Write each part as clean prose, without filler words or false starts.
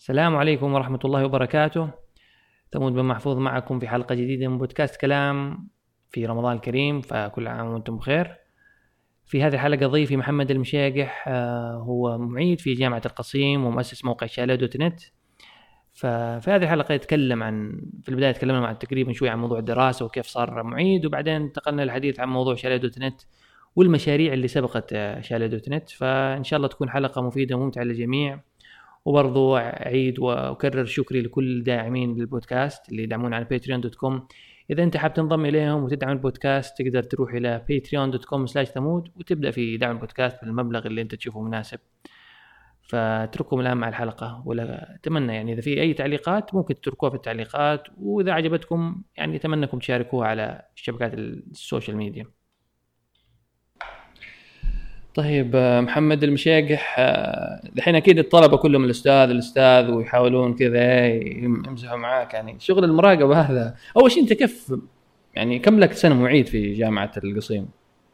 السلام عليكم ورحمة الله وبركاته. ثمود بن محفوظ معكم في حلقة جديدة من بودكاست كلام في رمضان الكريم، فكل عام وانتم بخير. في هذه الحلقة ضيفي محمد المشاقح، هو معيد في جامعة القصيم ومؤسس موقع شاليه دوت نت. ففي هذه الحلقة يتكلم في البداية تكلمنا تقريبا شوي عن موضوع الدراسة وكيف صار معيد، وبعدين انتقلنا للحديث عن موضوع شاليه دوت نت والمشاريع اللي سبقت شاليه دوت نت. فإن شاء الله تكون حلقة مفيدة وممتعة للجميع. وبرضو أعيد وأكرر شكري لكل داعمين للبودكاست اللي يدعمون على patreon.com. إذا أنت حاب تنضم إليهم وتدعم البودكاست تقدر تروح إلى patreon.com/ثمود وتبدأ في دعم البودكاست بالمبلغ اللي أنت تشوفه مناسب. فاترككم الآن مع الحلقة، ولا أتمنى يعني إذا في أي تعليقات ممكن تتركوها في التعليقات، وإذا عجبتكم يعني أتمنى أنكم تشاركوها على شبكات السوشيال ميديا. طيب محمد المشاقح، الحين أكيد الطلبة كلهم الأستاذ ويحاولون كذا يمزحوا معاك، يعني شغل المراقبة هذا. أول شيء أنت كيف يعني كم لك سنة معيد في جامعة القصيم؟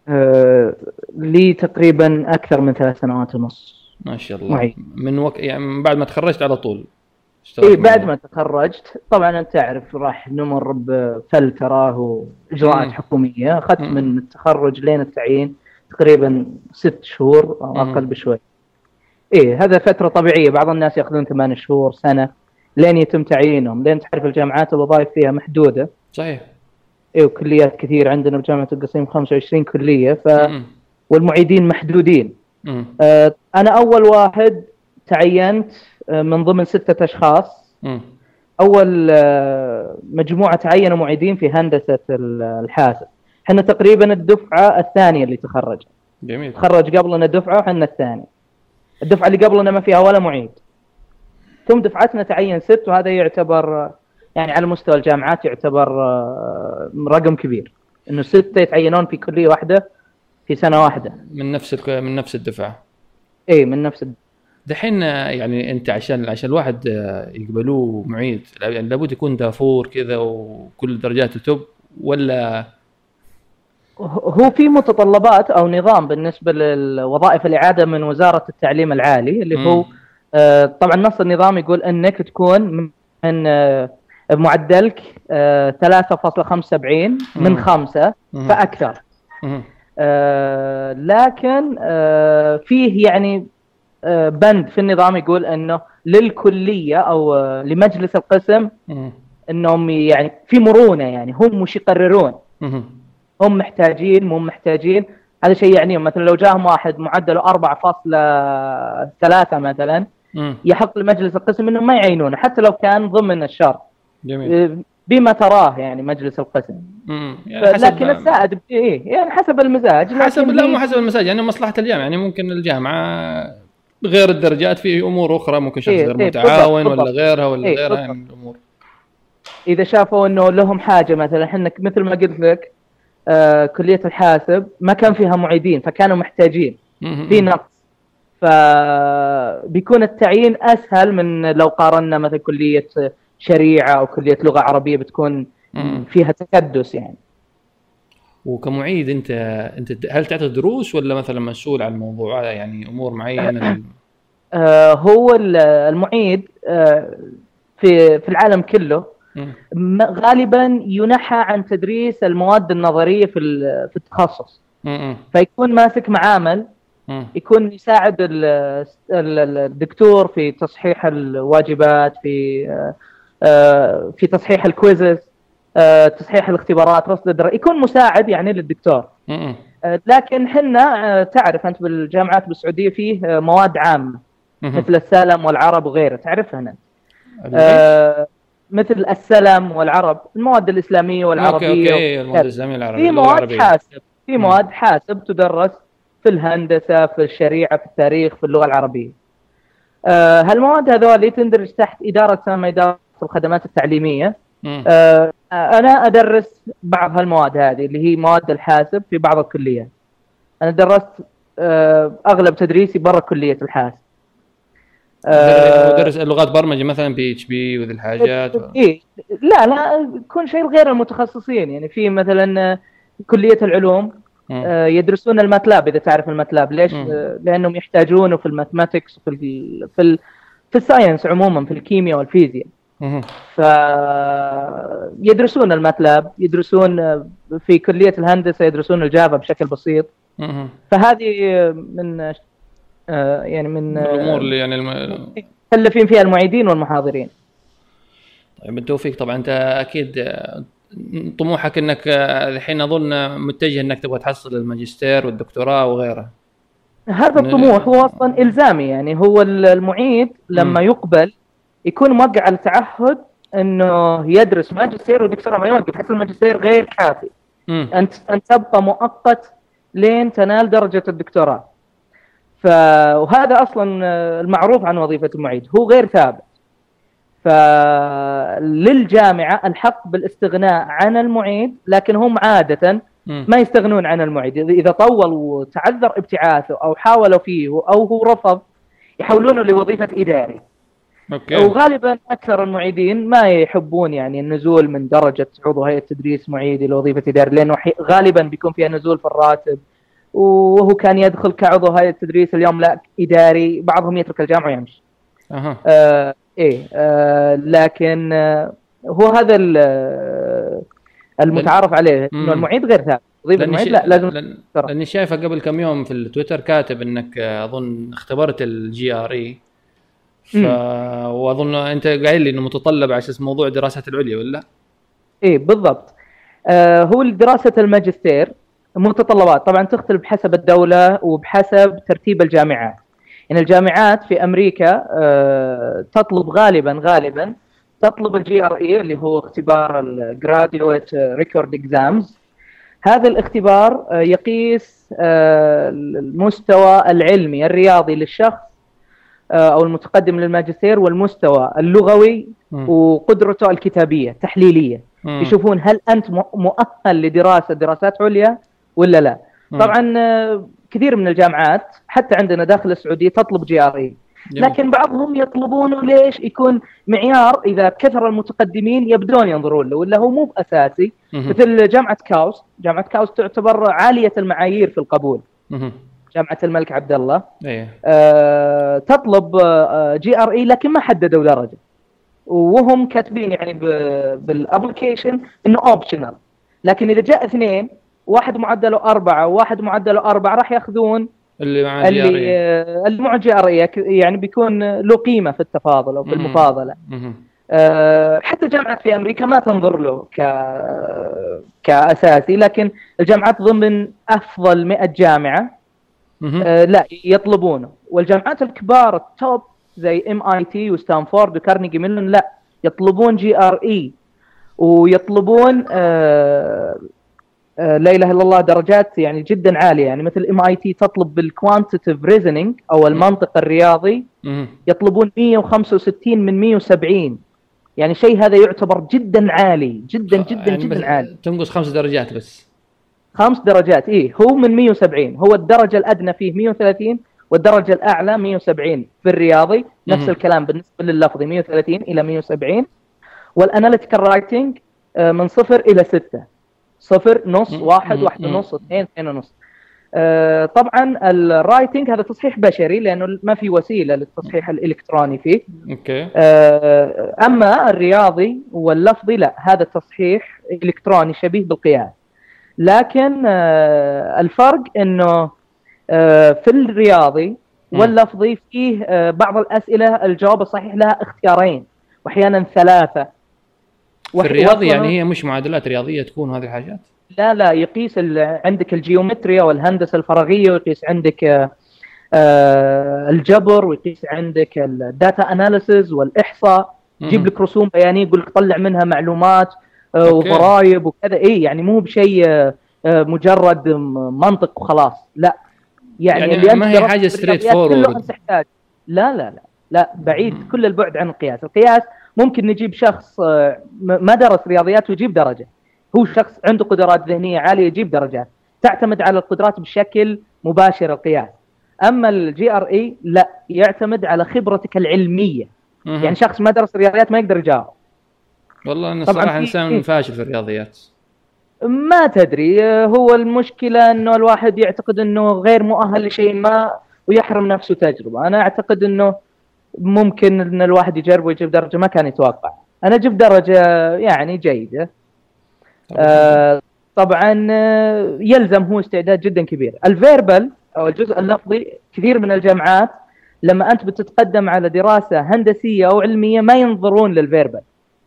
لي تقريبا أكثر من 3 سنوات ونص. ما شاء الله. معيد. من يعني بعد ما تخرجت على طول؟ إيه بعد ما تخرجت طبعا أنت تعرف راح نمر بفلترة وإجراءات حكومية. أخذت من التخرج لين التعيين تقريبا 6 شهور أو أقل بشوي. إيه هذا فترة طبيعية، بعض الناس يأخذون 8 شهور سنة لين يتم تعيينهم، لين تعرف الجامعات الوظائف فيها محدودة. صحيح. إيه وكليات كثير عندنا بجامعة القصيم 25 كلية والمعيدين محدودين. أنا أول واحد تعينت من ضمن 6 أشخاص. أول مجموعة تعينوا معيدين في هندسة الحاسب. حنا تقريبا الدفعة الثانية اللي تخرج. جميل. تخرج قبلنا دفعة وحنا الثاني. الدفعة اللي قبلنا ما فيها ولا معيد، ثم دفعتنا تعين 6، وهذا يعتبر يعني على مستوى الجامعات يعتبر رقم كبير، إنه 6 يتعينون في كلية واحدة في سنة واحدة من نفس الدفعة. إيه من نفس دحين يعني أنت عشان الواحد يقبلوه معيد يعني لابد يكون دافور كذا وكل درجاته توب، ولا هو في متطلبات أو نظام بالنسبة للوظائف الإعادة من وزارة التعليم العالي اللي هو طبعا نص النظام يقول أنك تكون من معدلك 3.75 من 5 فأكثر. لكن فيه يعني بند في النظام يقول أنه للكلية أو لمجلس القسم أنهم يعني في مرونة، يعني هم مش يقررون هم محتاجين مو محتاجين. هذا شيء يعني مثلا لو جاهم واحد معدله 4.3 مثلا يحق لمجلس القسم انهم ما يعينونه حتى لو كان ضمن الشرط. جميل. بما تراه يعني مجلس القسم. يعني لكن السائد ايه يعني حسب المزاج، لا مو حسب المزاج، يعني مصلحة الجامعة. يعني ممكن الجامعة غير الدرجات في امور اخرى، ممكن شخص غير متعاون ولا غيرها ولا غيرها يعني الامور. اذا شافوا انه لهم حاجة مثلا، احنا مثل ما قلت لك كلية الحاسب ما كان فيها معيدين فكانوا محتاجين في نقص، فبيكون التعيين أسهل من لو قارنا مثلا كلية شريعة أو كلية لغة عربية بتكون فيها تكدس يعني. وكمعيد أنت هل تعطي دروس ولا مثلا مسؤول عن موضوع يعني أمور معينة؟ هو المعيد في العالم كله غالبا ينحى عن تدريس المواد النظرية في التخصص. فيكون ماسك معامل، يكون يساعد الدكتور في تصحيح الواجبات، في تصحيح الكويزز، تصحيح الاختبارات، رصد الدرجات، يكون مساعد يعني للدكتور. لكن حنا تعرف أنت بالجامعات بالسعودية فيه مواد عامة مثل السلم والعرب وغيره، تعرفها أنت. مثل السلم والعرب، المواد الإسلامية والعربية. أوكي. المواد الإسلامية والعربية. في مواد حاسب، في مواد حاسب تدرس في الهندسة، في الشريعة، في التاريخ، في اللغة العربية. هالمواد هذول تندرج تحت إدارة الخدمات التعليمية. أنا أدرس بعض هالمواد هذه اللي هي مواد الحاسب في بعض الكليات. أنا درست أغلب تدريسي برا كلية الحاسب. ودرس لغات برمجة مثلا PHP وذي الحاجات إيه لا يكون شيء غير المتخصصين. يعني في مثلا كلية العلوم يدرسون الماتلاب، إذا تعرف الماتلاب. ليش؟ لأنهم يحتاجونه في الماثماتكس في في الساينس عموما، في الكيمياء والفيزياء. فيدرسون الماتلاب، يدرسون في كلية الهندسة يدرسون الجافا بشكل بسيط. فهذه من يعني من الأمور اللي يعني مكلفين فيها المعيدين والمحاضرين. طيب بالتوفيق. طبعا أنت أكيد طموحك أنك الحين أظن متجه أنك تبغى تحصل الماجستير والدكتوراه وغيره. هذا الطموح هو أصلا إلزامي، يعني هو المعيد لما يقبل يكون موقع على تعهد انه يدرس ماجستير ودكتوراه، ما يوقف حتى الماجستير غير كافي. انت تبقى مؤقت لين تنال درجة الدكتوراه. وهذا اصلا المعروف عن وظيفة المعيد، هو غير ثابت. فللجامعة الحق بالاستغناء عن المعيد، لكن هم عادة ما يستغنون عن المعيد. إذا طول وتعذر ابتعاثه أو حاولوا فيه أو هو رفض، يحولونه لوظيفة إداري. أوكي. وغالبا أكثر المعيدين ما يحبون يعني النزول من درجة عضو هيئة تدريس معيد إلى وظيفة إداري، لأنه غالبا بيكون فيها نزول في الراتب، وهو كان يدخل كعضو هيئة تدريس اليوم لا إداري، بعضهم يترك الجامعة ويمشي. لكن هو هذا المتعارف عليه، إنه المعيد غير ثابت. وظيفة المعيد لا لازم. لأني شايفه قبل كم يوم في التويتر كاتب إنك أظن اختبرت الGRE، واظن انت قايل لي انه متطلب على اساس موضوع دراسه العليا ولا؟ ايه بالضبط. هو دراسه الماجستير متطلبات طبعا تختلف بحسب الدوله وبحسب ترتيب الجامعات. يعني الجامعات في امريكا تطلب غالبا تطلب الGRE اللي هو اختبار الجراديويت ريكورد اكزامز. هذا الاختبار يقيس المستوى العلمي الرياضي للشخص أو المتقدم للماجستير، والمستوى اللغوي وقدرته الكتابية التحليلية. يشوفون هل أنت مؤهل لدراسة دراسات عليا ولا لا. طبعا كثير من الجامعات حتى عندنا داخل السعودية تطلب GRE، لكن بعضهم يطلبونه ليش؟ يكون معيار إذا كثر المتقدمين يبدون ينظرون له، ولا هو مو بأساسي. مثل جامعة كاوس تعتبر عالية المعايير في القبول. جامعة الملك عبد الله تطلب GRE لكن ما حددوا درجة، وهم كاتبين يعني بالابلكيشن انه اوبشنال. لكن اذا جاء اثنين، واحد معدله 4 وواحد معدله 4، راح ياخذون اللي مع GRE، يعني بيكون له قيمة في التفاضل او في المفاضلة. حتى جامعات في امريكا ما تنظر له كاساسي، لكن الجامعات ضمن افضل 100 جامعة لا يطلبونه. والجامعات الكبار التوب زي MIT وستانفورد وكارنيجي ميلون لا يطلبون GRE، ويطلبون لا إله إلا الله درجات يعني جدا عالية. يعني مثل MIT تطلب بالكوانتيتيف ريزنينج أو المنطق الرياضي يطلبون 165 من 170. يعني شيء هذا يعتبر جدا عالي، جدا عالي. تنقص 5 درجات بس. 5 درجات. هو من 170، هو الدرجة الأدنى فيه 130 والدرجة الأعلى 170 في الرياضي. نفس الكلام بالنسبة لللفظي 130 إلى 170. والأناليتيكال رايتنج من 0 إلى 6، 0 نص 1 1 ونص 2 2 ونص. طبعا الرايتنج هذا تصحيح بشري لأنه ما في وسيلة للتصحيح الإلكتروني فيه. أما الرياضي واللفظي لا، هذا تصحيح إلكتروني شبيه بالقياس. لكن الفرق انه في الرياضي واللفظي فيه بعض الاسئله الجواب الصحيح لها اختيارين واحيانا 3. في الرياضي يعني هي مش معادلات رياضيه تكون هذه الحاجات؟ لا يقيس عندك الجيومتريا والهندسه الفراغيه، ويقيس عندك الجبر، ويقيس عندك الداتا اناليسز والاحصاء. يجيب لك رسوم بيانيه يقول لك طلع منها معلومات وضرائب وكذا. يعني مو بشيء مجرد منطق وخلاص، لا. يعني ما هي حاجه ستريت فورورد. لا بعيد كل البعد عن القياس. القياس ممكن نجيب شخص ما درس رياضيات ويجيب درجه، هو شخص عنده قدرات ذهنيه عاليه يجيب درجات، تعتمد على القدرات بشكل مباشر القياس. اما الGRE لا، يعتمد على خبرتك العلميه. يعني شخص ما درس رياضيات ما يقدر يجاوب. والله أنا صراحة إنسان فاشل في الرياضيات. ما تدري، هو المشكلة إنه الواحد يعتقد إنه غير مؤهل لشيء ما ويحرم نفسه تجربة. أنا أعتقد إنه ممكن ان الواحد يجرب ويجيب درجه ما كان يتوقع. انا جبت درجه يعني جيده. طبعا يلزم هو استعداد جدا كبير. الفيربال او الجزء اللفظي كثير من الجامعات لما انت بتتقدم على دراسه هندسيه او علميه ما ينظرون للفيربال،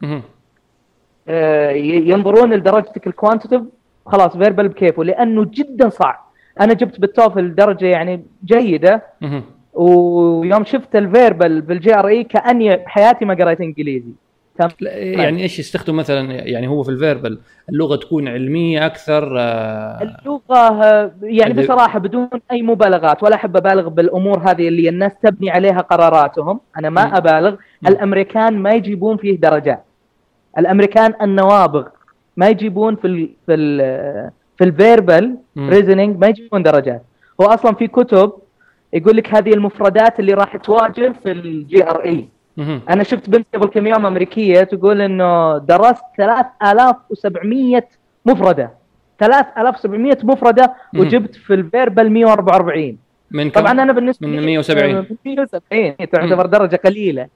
ينظرون لدرجتك الكوانتيتيف خلاص فيربال بكيفه، لانه جدا صعب. انا جبت بالتوفل درجه يعني جيده، ويوم شفت الفيربال بالجي ار اي كاني بحياتي ما قريت انجليزي. يعني ايش يستخدم مثلا؟ يعني هو في الفيربال اللغه تكون علميه اكثر؟ اللغه يعني بصراحه بدون اي مبالغات، ولا احب ابالغ بالامور هذه اللي الناس تبني عليها قراراتهم، انا ما ابالغ. الامريكان ما يجيبون فيه درجات، الامريكان النوابغ ما يجيبون في الفيربال ريزنينج ما يجيبون درجات. هو اصلا في كتب يقول لك هذه المفردات اللي راح تواجه في الجي ار اي. انا شفت بنت قبل كم يوم امريكيه تقول انه درست 3700 مفرده، 3700 مفرده، وجبت في الفيربال 144. من طبعا انا بالنسبه من 170 تعتبر درجه قليله.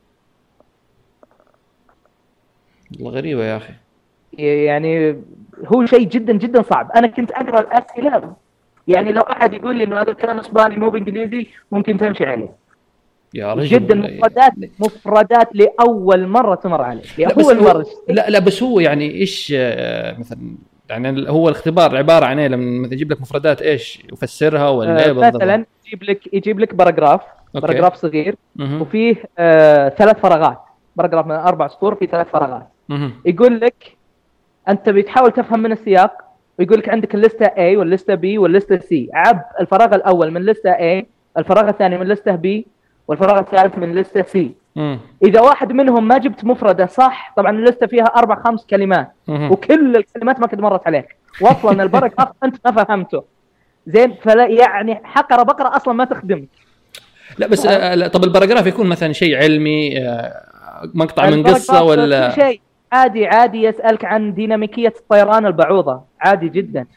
والله غريبه يا اخي. يعني هو شيء جدا جدا صعب. انا كنت اقرا الاسئله، يعني لو احد يقول لي انه هذا كلام اسباني مو بانجليزي ممكن تمشي عليه يا رجل. جدا مفردات لاول مره تمر عليه، لاول مره. لا بس هو يعني ايش مثلا، يعني هو الاختبار عباره عن ايه؟ لما يجيب لك مفردات ايش يفسرها ولا ايه بالضبط؟ مثلا يجيب لك باراجراف صغير وفيه 3 فراغات، باراجراف من 4 سطور في 3 فراغات. يقول لك انت بتحاول تفهم من السياق، ويقول لك عندك الليسته A والليسته B والليسته C. عب الفراغ الاول من ليسته A، الفراغ الثاني من ليسته B، والفراغ الثالث من ليسته C. اذا واحد منهم ما جبت مفرده صح، طبعا الليسته فيها 4-5 كلمات وكل الكلمات ما قد مرت عليك، واصلا الباراجراف انت ما فهمته زين، فلا يعني حقره بقره اصلا ما تخدمك. لا بس طب الباراجراف يكون مثلا شيء علمي، مقطع من قصه ولا شيء عادي يسألك عن ديناميكية الطيران البعوضة، عادي جدا.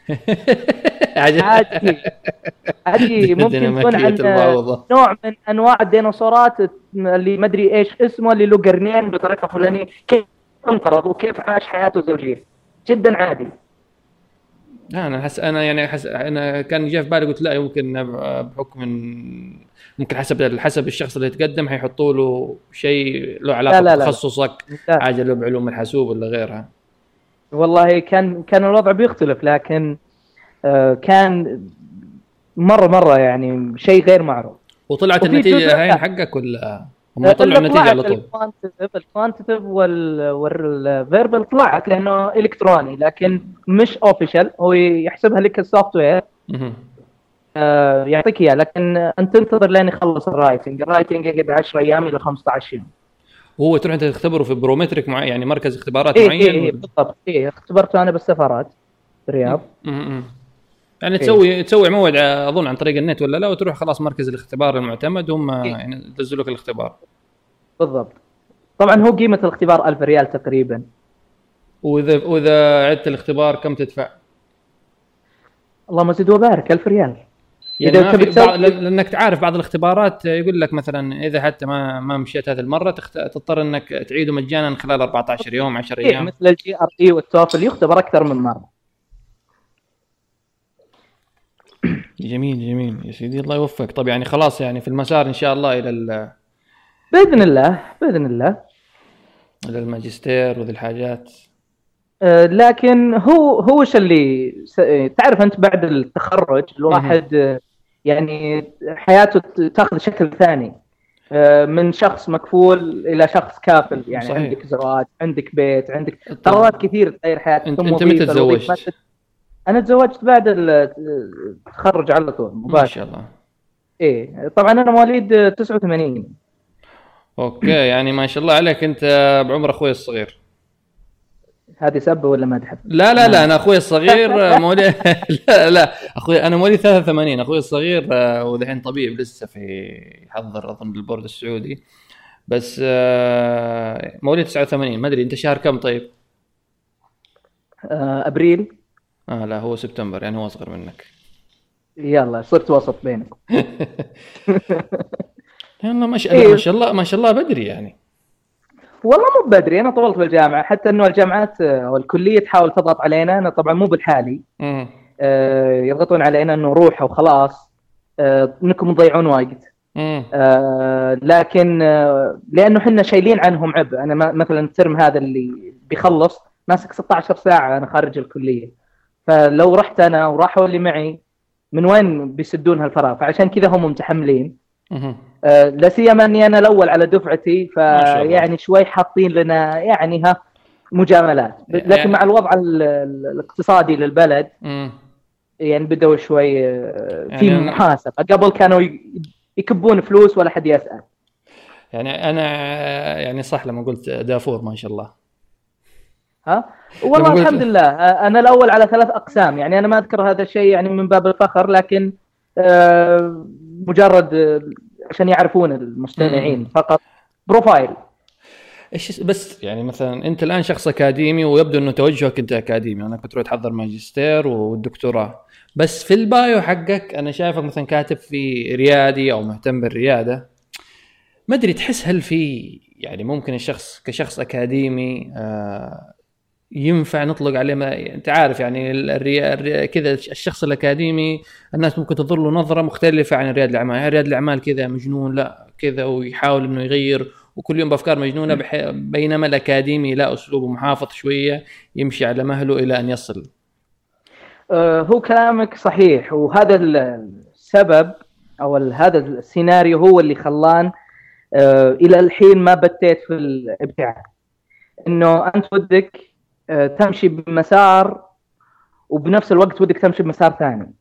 عادي ممكن تكون عن نوع من أنواع الديناصورات اللي ما أدري إيش اسمه، اللي له قرنين بطريقة فلانية، كيف انقرض وكيف عاش حياته الزوجية، جدا عادي. أنا كان جاء في بالي قلت لا يمكن بحكم ممكن حسب الشخص اللي يتقدم حيحطوا له شيء له علاقه بتخصصك، حاجه له بعلوم الحاسوب ولا غيرها. والله كان الوضع بيختلف، لكن كان مره يعني شيء غير معروف. وطلعت النتيجه هين حقك ولا هم طلعوا النتيجه على طول؟ الكوانتيتيف والفيربال طلعت لانه الكتروني، لكن مش اوفيشال، هو يحسبها لك السوفت وير يعطيك اياه، لكن انت تنتظر لين يخلص الرايتنج يقعد 10 ايام الى 15 يوم. وهو تروح انت تختبره في برومتريك معين، يعني مركز اختبارات معين؟ بالضبط. اختبرته انا بالسفارات في الرياض. يعني تسوي موعد اظن عن طريق النت ولا لا، وتروح خلاص مركز الاختبار المعتمد هم يعني ينزلوا لك الاختبار. بالضبط. طبعا هو قيمه الاختبار 1000 ريال تقريبا. واذا عدت الاختبار كم تدفع؟ اللهم زد وبارك. 1000 ريال. يعني لانك تعرف بعض الاختبارات يقول لك مثلا اذا حتى ما مشيت هذه المره تضطر انك تعيده مجانا خلال 14 يوم 10 ايام. مثل الجي ار اي والتوفل يختبر اكثر من مره. جميل يا سيدي، الله يوفقك. طب يعني خلاص يعني في المسار ان شاء الله الى باذن الله الى الماجستير وذي الحاجات. لكن هو ايش اللي تعرف انت بعد التخرج الواحد يعني حياته تاخذ شكل ثاني، من شخص مكفول الى شخص كافل. يعني صحيح. عندك زواج، عندك بيت، عندك قرارات كثير تغير حياتك. انت متى تزوجت؟ انا تزوجت بعد التخرج على طول مباشر. ما شاء الله. ايه طبعا انا مواليد 89. اوكي يعني ما شاء الله عليك، انت بعمر اخوي الصغير. هذه سبه ولا مدح؟ لا انا اخوي الصغير مواليد لا اخوي انا مواليد 83. اخوي الصغير ودحين طبيب لسه في يحضر اظن البورد السعودي، بس مواليد 89. ما ادري انت شهر كم طيب؟ ابريل. لا هو سبتمبر، يعني هو اصغر منك. يلا صرت وسط بينكم. يلا ما شاء الله ما شاء الله ما شاء الله بدري يعني. والله مو بدري، انا طولت بالجامعه، حتى انه الجامعات او الكليه تحاول تضغط علينا، انا طبعا مو بالحالي. يضغطون علينا انه روحوا وخلاص، انكم تضيعون وقت. لكن لانه احنا شايلين عنهم عبء. انا مثلا الترم هذا اللي بيخلص ماسك 16 ساعه انا خارج الكليه، فلو رحت انا وراحوا اللي معي من وين بيسدون هالفراغ؟ فعشان كذا هم متحملين. لا سيما اني انا الاول على دفعتي، فيعني شوي حاطين لنا يعني مجاملات، لكن يعني مع الوضع الاقتصادي للبلد يعني بدأوا شوي في يعني محاسبة. قبل كانوا يكبون فلوس ولا حد يسأل. يعني أنا يعني صح لما قلت دافور ما شاء الله. والله الحمد لله أنا الأول على 3 أقسام، يعني أنا ما أذكر هذا الشيء يعني من باب الفخر، لكن مجرد عشان يعرفون المستمعين فقط بروفايل. ايش بس يعني مثلا انت الان شخص اكاديمي ويبدو انه توجهك انت اكاديمي، انا كنت تحضر ماجستير والدكتوراه، بس في البايو حقك انا شايفك مثلا كاتب في ريادي او مهتم بالرياده. ما ادري تحس هل في يعني ممكن الشخص كشخص اكاديمي ينفع نطلق عليه انت عارف يعني كذا الشخص الاكاديمي الناس ممكن تنظر له نظره مختلفه عن رياده الاعمال. يعني رياده الاعمال كذا مجنون، لا كذا ويحاول انه يغير وكل يوم بافكار مجنونه، بينما الاكاديمي لا اسلوبه محافظ شويه يمشي على مهله الى ان يصل. هو كلامك صحيح، وهذا السبب او هذا السيناريو هو اللي خلان الى الحين ما بتيت في الابداع. انه انت ودك تمشي بمسار وبنفس الوقت ودك تمشي بمسار ثاني.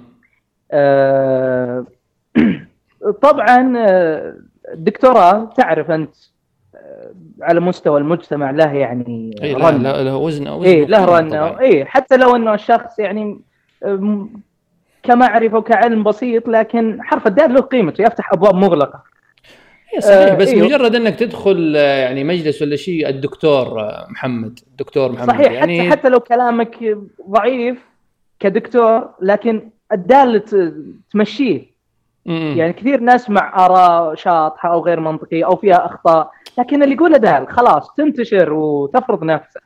طبعا الدكتوراه تعرف انت على مستوى المجتمع له يعني له وزن له رنة. حتى لو انه الشخص يعني كمعرفة وكعلم بسيط، لكن حرف الدال له قيمته، يفتح ابواب مغلقة. صحيح. بس مجرد انك تدخل يعني مجلس ولا شيء الدكتور محمد صحيح يعني حتى لو كلامك ضعيف كدكتور، لكن الدال تمشيه. يعني كثير ناس مع آراء شاطحة أو غير منطقية أو فيها أخطاء، لكن اللي يقوله دال خلاص تنتشر وتفرض نفسه.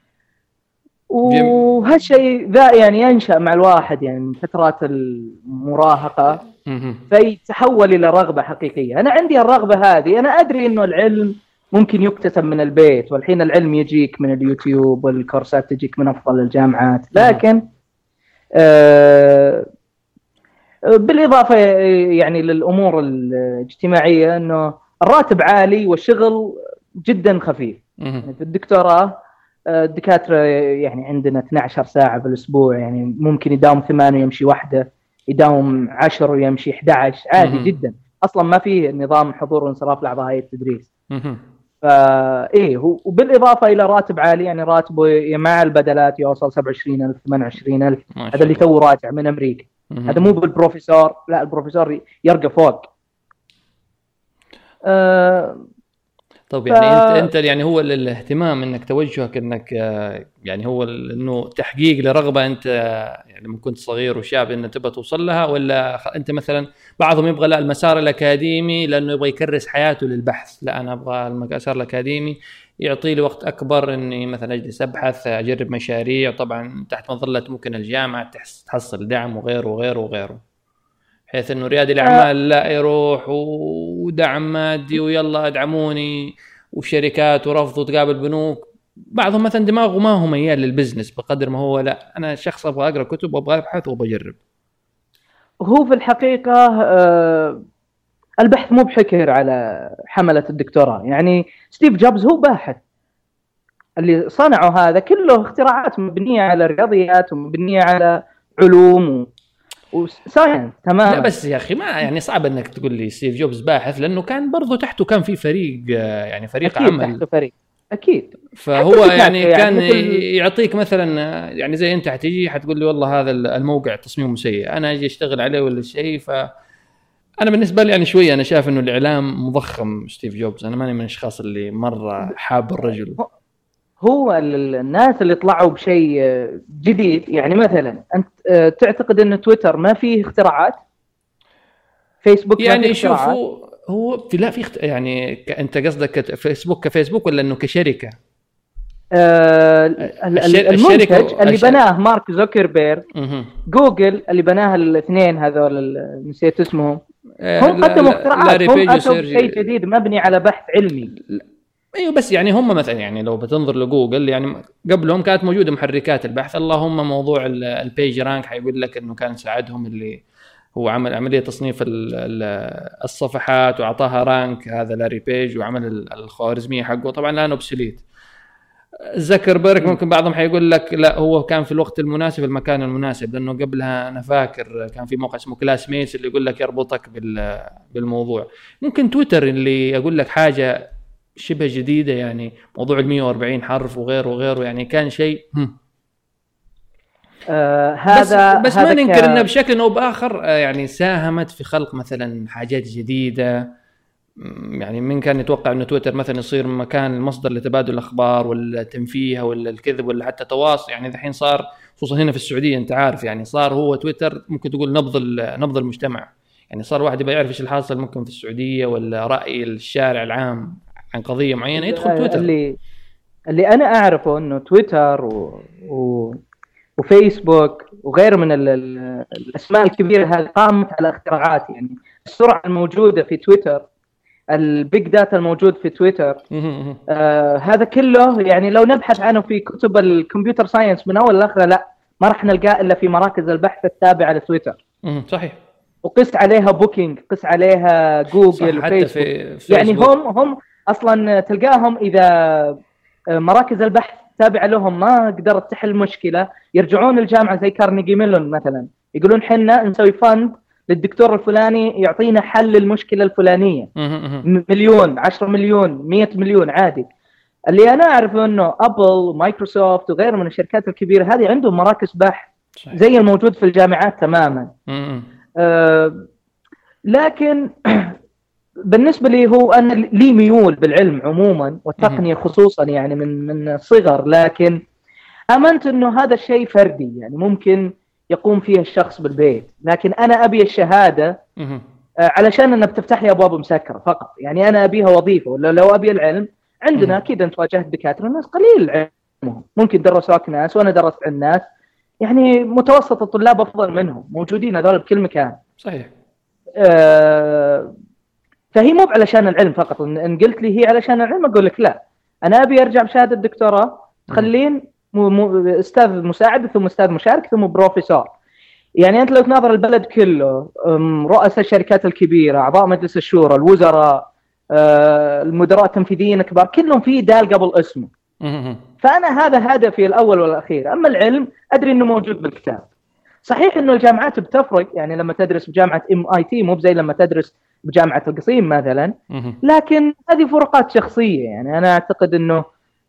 وهالشيء ذا يعني ينشأ مع الواحد يعني من فترات المراهقة، فيتحول إلى رغبة حقيقية. أنا عندي الرغبة هذه، أنا أدري إنه العلم ممكن يكتسب من البيت، والحين العلم يجيك من اليوتيوب والكورسات تجيك من أفضل الجامعات، لكن بالإضافة يعني للأمور الاجتماعية أنه الراتب عالي والشغل جدا خفيف. يعني في الدكتوراه الدكاترة يعني عندنا 12 ساعة بالأسبوع، يعني ممكن يداوم 8 ويمشي 1، يداوم 10 ويمشي 11 عادي جدا. أصلا ما فيه نظام حضور وانصراف لأعضاء هيئة التدريس. وبالإضافة إلى راتب عالي، يعني راتبه مع البدلات يوصل 27,000 28,000. هذا اللي تو راجع من أمريكا. هذا مو بالبروفيسور، لا البروفيسور يرقى فوق. طب يعني انت يعني هو الاهتمام انك توجهك انك يعني هو انه تحقيق لرغبه انت يعني لما كنت صغير وشاب ان تبغى توصل لها، ولا انت مثلا بعضهم يبغى لا المسار الاكاديمي لانه يبغى يكرس حياته للبحث، لا انا ابغى المسار الاكاديمي يعطي لي وقت اكبر اني مثلا اجلس ابحث اجرب مشاريع، طبعا تحت مظله ممكن الجامعه تحصل دعم وغيره وغيره وغيره، بحيث انه ريادي الاعمال لا يروح ودعم مادي ويلا ادعموني وشركات ورفض وتقابل بنوك. بعضهم مثلا دماغه ما هو ميال للبزنس بقدر ما هو لا انا شخص ابغى اقرا كتب وابغى ابحث وابغى اجرب. هو في الحقيقه البحث مو بحكر على حمله الدكتوراه. يعني ستيف جوبز هو باحث، اللي صنعوا هذا كله اختراعات مبنيه على الرياضيات ومبنيه على علوم وساينس. تمام. لا بس يا اخي ما يعني صعب انك تقول لي ستيف جوبز باحث، لانه كان برضه تحته كان في فريق يعني فريق أكيد عمل. تحته فريق اكيد. فهو يعني كان يعطيك مثلا يعني زي انت حتيجي حتقول لي والله هذا الموقع تصميمه سيء، انا اجي اشتغل عليه ولا شيء. فانا بالنسبه لي يعني شويه انا شايف انه الاعلام مضخم ستيف جوبز. انا ماني من الاشخاص اللي مره حاب الرجل. هو الناس اللي طلعوا بشيء جديد. يعني مثلا انت تعتقد ان تويتر ما فيه اختراعات؟ فيسبوك يعني ما فيه اختراعات؟ هو في يعني انت قصدك فيسبوك كفيسبوك ولا انه كشركه؟ المنتج اللي بناه مارك زوكربيرغ، جوجل اللي بناه الاثنين هذول نسيت اسمهم، هم قدموا اختراعات، هم أتوا شيء جديد مبني على بحث علمي. ايوه بس يعني هم مثلا يعني لو بتنظر لجوجل يعني قبلهم كانت موجوده محركات البحث، اللهم موضوع البيج رانك حيقول لك انه كان ساعدهم اللي هو عمل عمليه تصنيف الصفحات واعطاها رانك، هذا لاري بيج، وعمل الخوارزميه حقه طبعا الان اوبسوليت. زكربرج ممكن بعضهم حيقول لك لا هو كان في الوقت المناسب في المكان المناسب، لانه قبلها انا فاكر كان في موقع اسمه كلاس ميتس اللي يقول لك يربطك بالموضوع. ممكن تويتر اللي اقول لك حاجه شبه جديده، يعني موضوع 140 حرف وغيره يعني كان شيء هذا بس ما ننكر انه بشكل او باخر يعني ساهمت في خلق مثلا حاجات جديده. يعني من كان يتوقع انه تويتر مثلا يصير مكان المصدر لتبادل الاخبار ولا تنفيها ولا الكذب ولا حتى تواصل، يعني الحين صار خصوصا هنا في السعوديه انت عارف يعني صار هو تويتر ممكن تقول نبض المجتمع، يعني صار واحد يبغى يعرف ايش الحاصل ممكن في السعوديه ولا راي الشارع العام عن قضيه معينه يدخل تويتر. اللي انا اعرفه انه تويتر وفيسبوك وغيره من الاسماء الكبيره هذه قامت على اختراعات، يعني السرعه الموجوده في تويتر، البيج داتا الموجود في تويتر، هذا كله يعني لو نبحث عنه في كتب الكمبيوتر ساينس من اول لاخره لا ما راح نلقاه الا في مراكز البحث التابعه لتويتر. صحيح. وقس عليها بوكينج، قس عليها جوجل وفيسبوك. يعني هم اصلا تلقاهم اذا مراكز البحث تابعه لهم ما قدرت تحل مشكله يرجعون الجامعه زي كارنيجي ميلون مثلا يقولون حنا نسوي فند للدكتور الفلاني يعطينا حل للمشكله الفلانيه، مليون 10 مليون 100 مليون عادي. اللي انا اعرفه انه ابل ومايكروسوفت وغيرها من الشركات الكبيره هذه عندهم مراكز بحث زي الموجود في الجامعات تماما. لكن بالنسبه لي هو انا لي ميول بالعلم عموما والتقنيه خصوصا يعني من الصغر، لكن امنت انه هذا الشيء فردي يعني ممكن يقوم فيه الشخص بالبيت، لكن انا ابي الشهاده علشان انها بتفتح لي ابواب مسكره فقط. يعني انا ابيها وظيفه، ولا لو ابي العلم عندنا اكيد انت واجهت دكاتره الناس قليل علمهم ممكن درسوك ناس وانا درست عند ناس يعني متوسط الطلاب افضل منهم موجودين هذول بكل مكان. صحيح. فهي مو علشان العلم فقط، ان قلت لي هي علشان العلم اقول لك لا، انا ابي ارجع بشهاده دكتوراه تخلين استاذ مساعد ثم استاذ مشارك ثم بروفيسور. يعني انت لو تناظر البلد كله رؤساء الشركات الكبيره، اعضاء مجلس الشورى، الوزراء، المدراء التنفيذيين الكبار كلهم في دال قبل اسمه. فانا هذا هدفي الاول والاخير. اما العلم ادري انه موجود بالكتاب. صحيح انه الجامعات بتفرق، يعني لما تدرس بجامعه MIT مو زي لما تدرس بجامعه القصيم مثلا، لكن هذه فروقات شخصيه. يعني انا اعتقد انه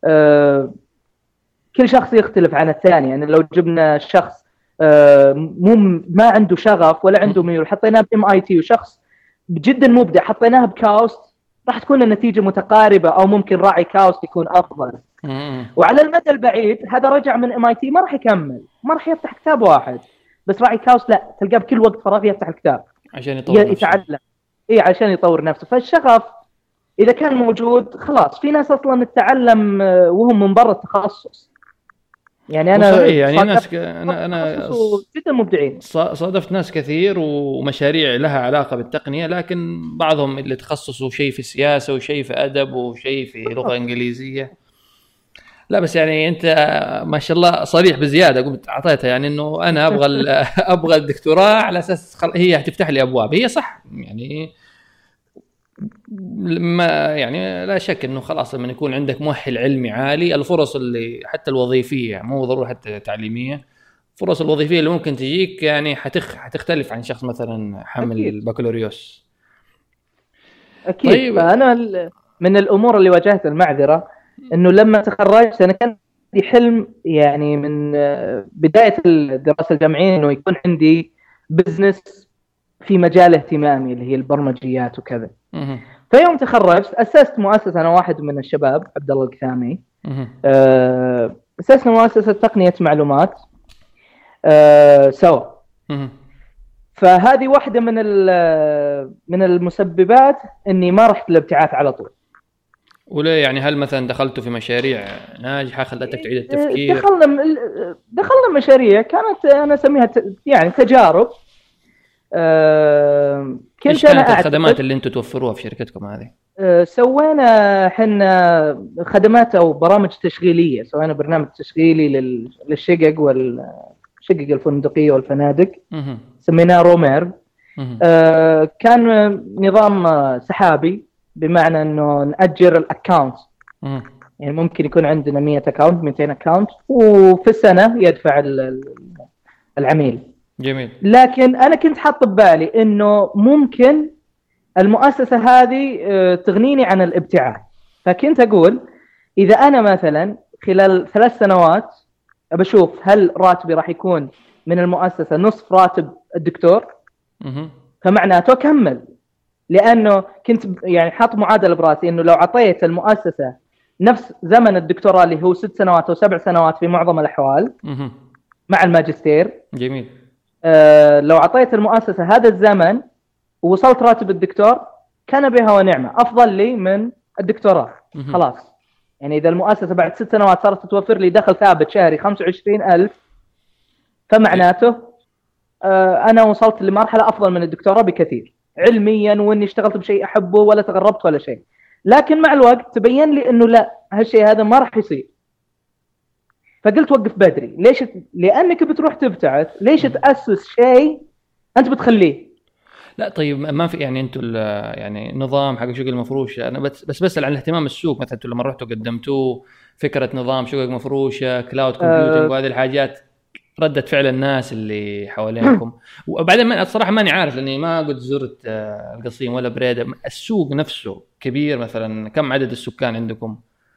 كل شخص يختلف عن الثاني. يعني لو جبنا شخص ما عنده شغف ولا عنده ميول حطيناه بMIT وشخص جدا مبدع حطيناه بكاوست راح تكون النتيجه متقاربه، او ممكن راعي كاوست يكون افضل. وعلى المدى البعيد هذا رجع من MIT ما راح يكمل، ما راح يفتح كتاب واحد، بس راعي كاوست لا تلقاه بكل وقت فراغ يفتح الكتاب عشان يتعلم عشان يطور نفسه. فالشغف اذا كان موجود خلاص. في ناس اصلا تتعلم وهم من برا التخصص. يعني انا يعني انا جدا مبدعين، صادفت ناس كثير ومشاريع لها علاقه بالتقنيه، لكن بعضهم اللي تخصصوا شيء في السياسه وشيء في ادب وشيء في لغه انجليزيه. لا بس يعني انت ما شاء الله صريح بزياده، قمت اعطيتها يعني انه انا ابغى الدكتوراه على اساس هي هتفتح لي ابواب. هي صح يعني ما يعني لا شك انه خلاص لما يكون عندك مؤهل علمي عالي الفرص اللي حتى الوظيفيه مو ضروري حتى تعليميه، فرص الوظيفيه اللي ممكن تجيك يعني حتختلف عن شخص مثلا حامل البكالوريوس. اكيد. طيب. فانا من الامور اللي واجهت المعذره انه لما تخرجت انا كان عندي حلم يعني من بدايه الدراسه الجامعيه انه يكون عندي بزنس في مجال اهتمامي اللي هي البرمجيات وكذا. فيوم تخرجت أسست مؤسسة، أنا واحد من الشباب عبد الله القثامي، أسسنا مؤسسة تقنية معلومات سوا. فهذه واحدة من المسببات إني ما رحت للابتعاث على طول. وليه يعني؟ هل مثلا دخلتوا في مشاريع ناجحة خلتك تعيد التفكير؟ دخلنا مشاريع كانت أنا أسميها يعني تجارب. إيش كانت الخدمات اللي أنتوا توفروها في شركتكم هذه؟ سوينا حنا خدمات أو برامج تشغيلية. سوينا برنامج تشغيلي للشقق والشقق الفندقية والفنادق، سميناه رومير. كان نظام سحابي، بمعنى انه نأجر الاكاونت. يعني ممكن يكون عندنا 100 اكاونت 200 اكاونت، وفي السنة يدفع العميل. جميل. لكن انا كنت حاط ببالي انه ممكن المؤسسة هذه تغنيني عن الابتعاث. فكنت اقول اذا انا مثلا خلال 3 سنوات بشوف هل راتبي راح يكون من المؤسسة نصف راتب الدكتور، فمعناته أكمل. لأنه كنت يعني حاط معادلة براسي إنه لو عطيت المؤسسة نفس زمن الدكتوراه اللي هو 6 سنوات أو 7 سنوات في معظم الأحوال مع الماجستير. جميل. لو عطيت المؤسسة هذا الزمن ووصلت راتب الدكتور كان بها ونعمة، أفضل لي من الدكتوراه. خلاص، يعني إذا المؤسسة بعد 6 سنوات صارت توفر لي دخل ثابت شهري 25,000، فمعناته أنا وصلت لمرحلة أفضل من الدكتوراه بكثير علميا، وإني اشتغلت بشيء أحبه ولا تغربت ولا شيء. لكن مع الوقت تبين لي إنه لا، هالشيء هذا ما راح يصير. فقلت وقف بدري. ليش؟ لأنك بتروح تبتعث، ليش تأسس شيء أنت بتخليه؟ لا طيب ما في يعني أنتوا يعني نظام حق شقق مفروشة. أنا بس بسأل عن اهتمام السوق. مثلا أنتوا لما رحتوا قدمتوا فكرة نظام شقق مفروشة كلاود كومبيوتنج وهذه الحاجات، ردة فعل الناس اللي حوالينكم؟ وبعدين الصراحة ماني عارف لأني ما قد زرت القصيم ولا بريدة. السوق نفسه كبير مثلا؟ كم عدد السكان عندكم؟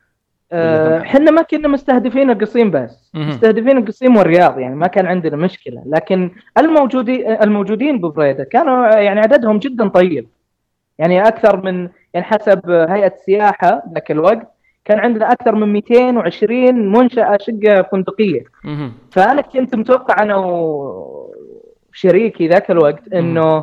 حنا ما كنا مستهدفين القصيم بس، مستهدفين القصيم والرياض، يعني ما كان عندنا مشكلة. لكن الموجودين ببريدة كانوا يعني عددهم جدا طيب، يعني أكثر من، يعني حسب هيئة السياحة ذاك الوقت كان عندنا أكثر من 220 منشأة شقة فندقية. فأنا كنت متوقع أنا وشريكي ذاك الوقت إنه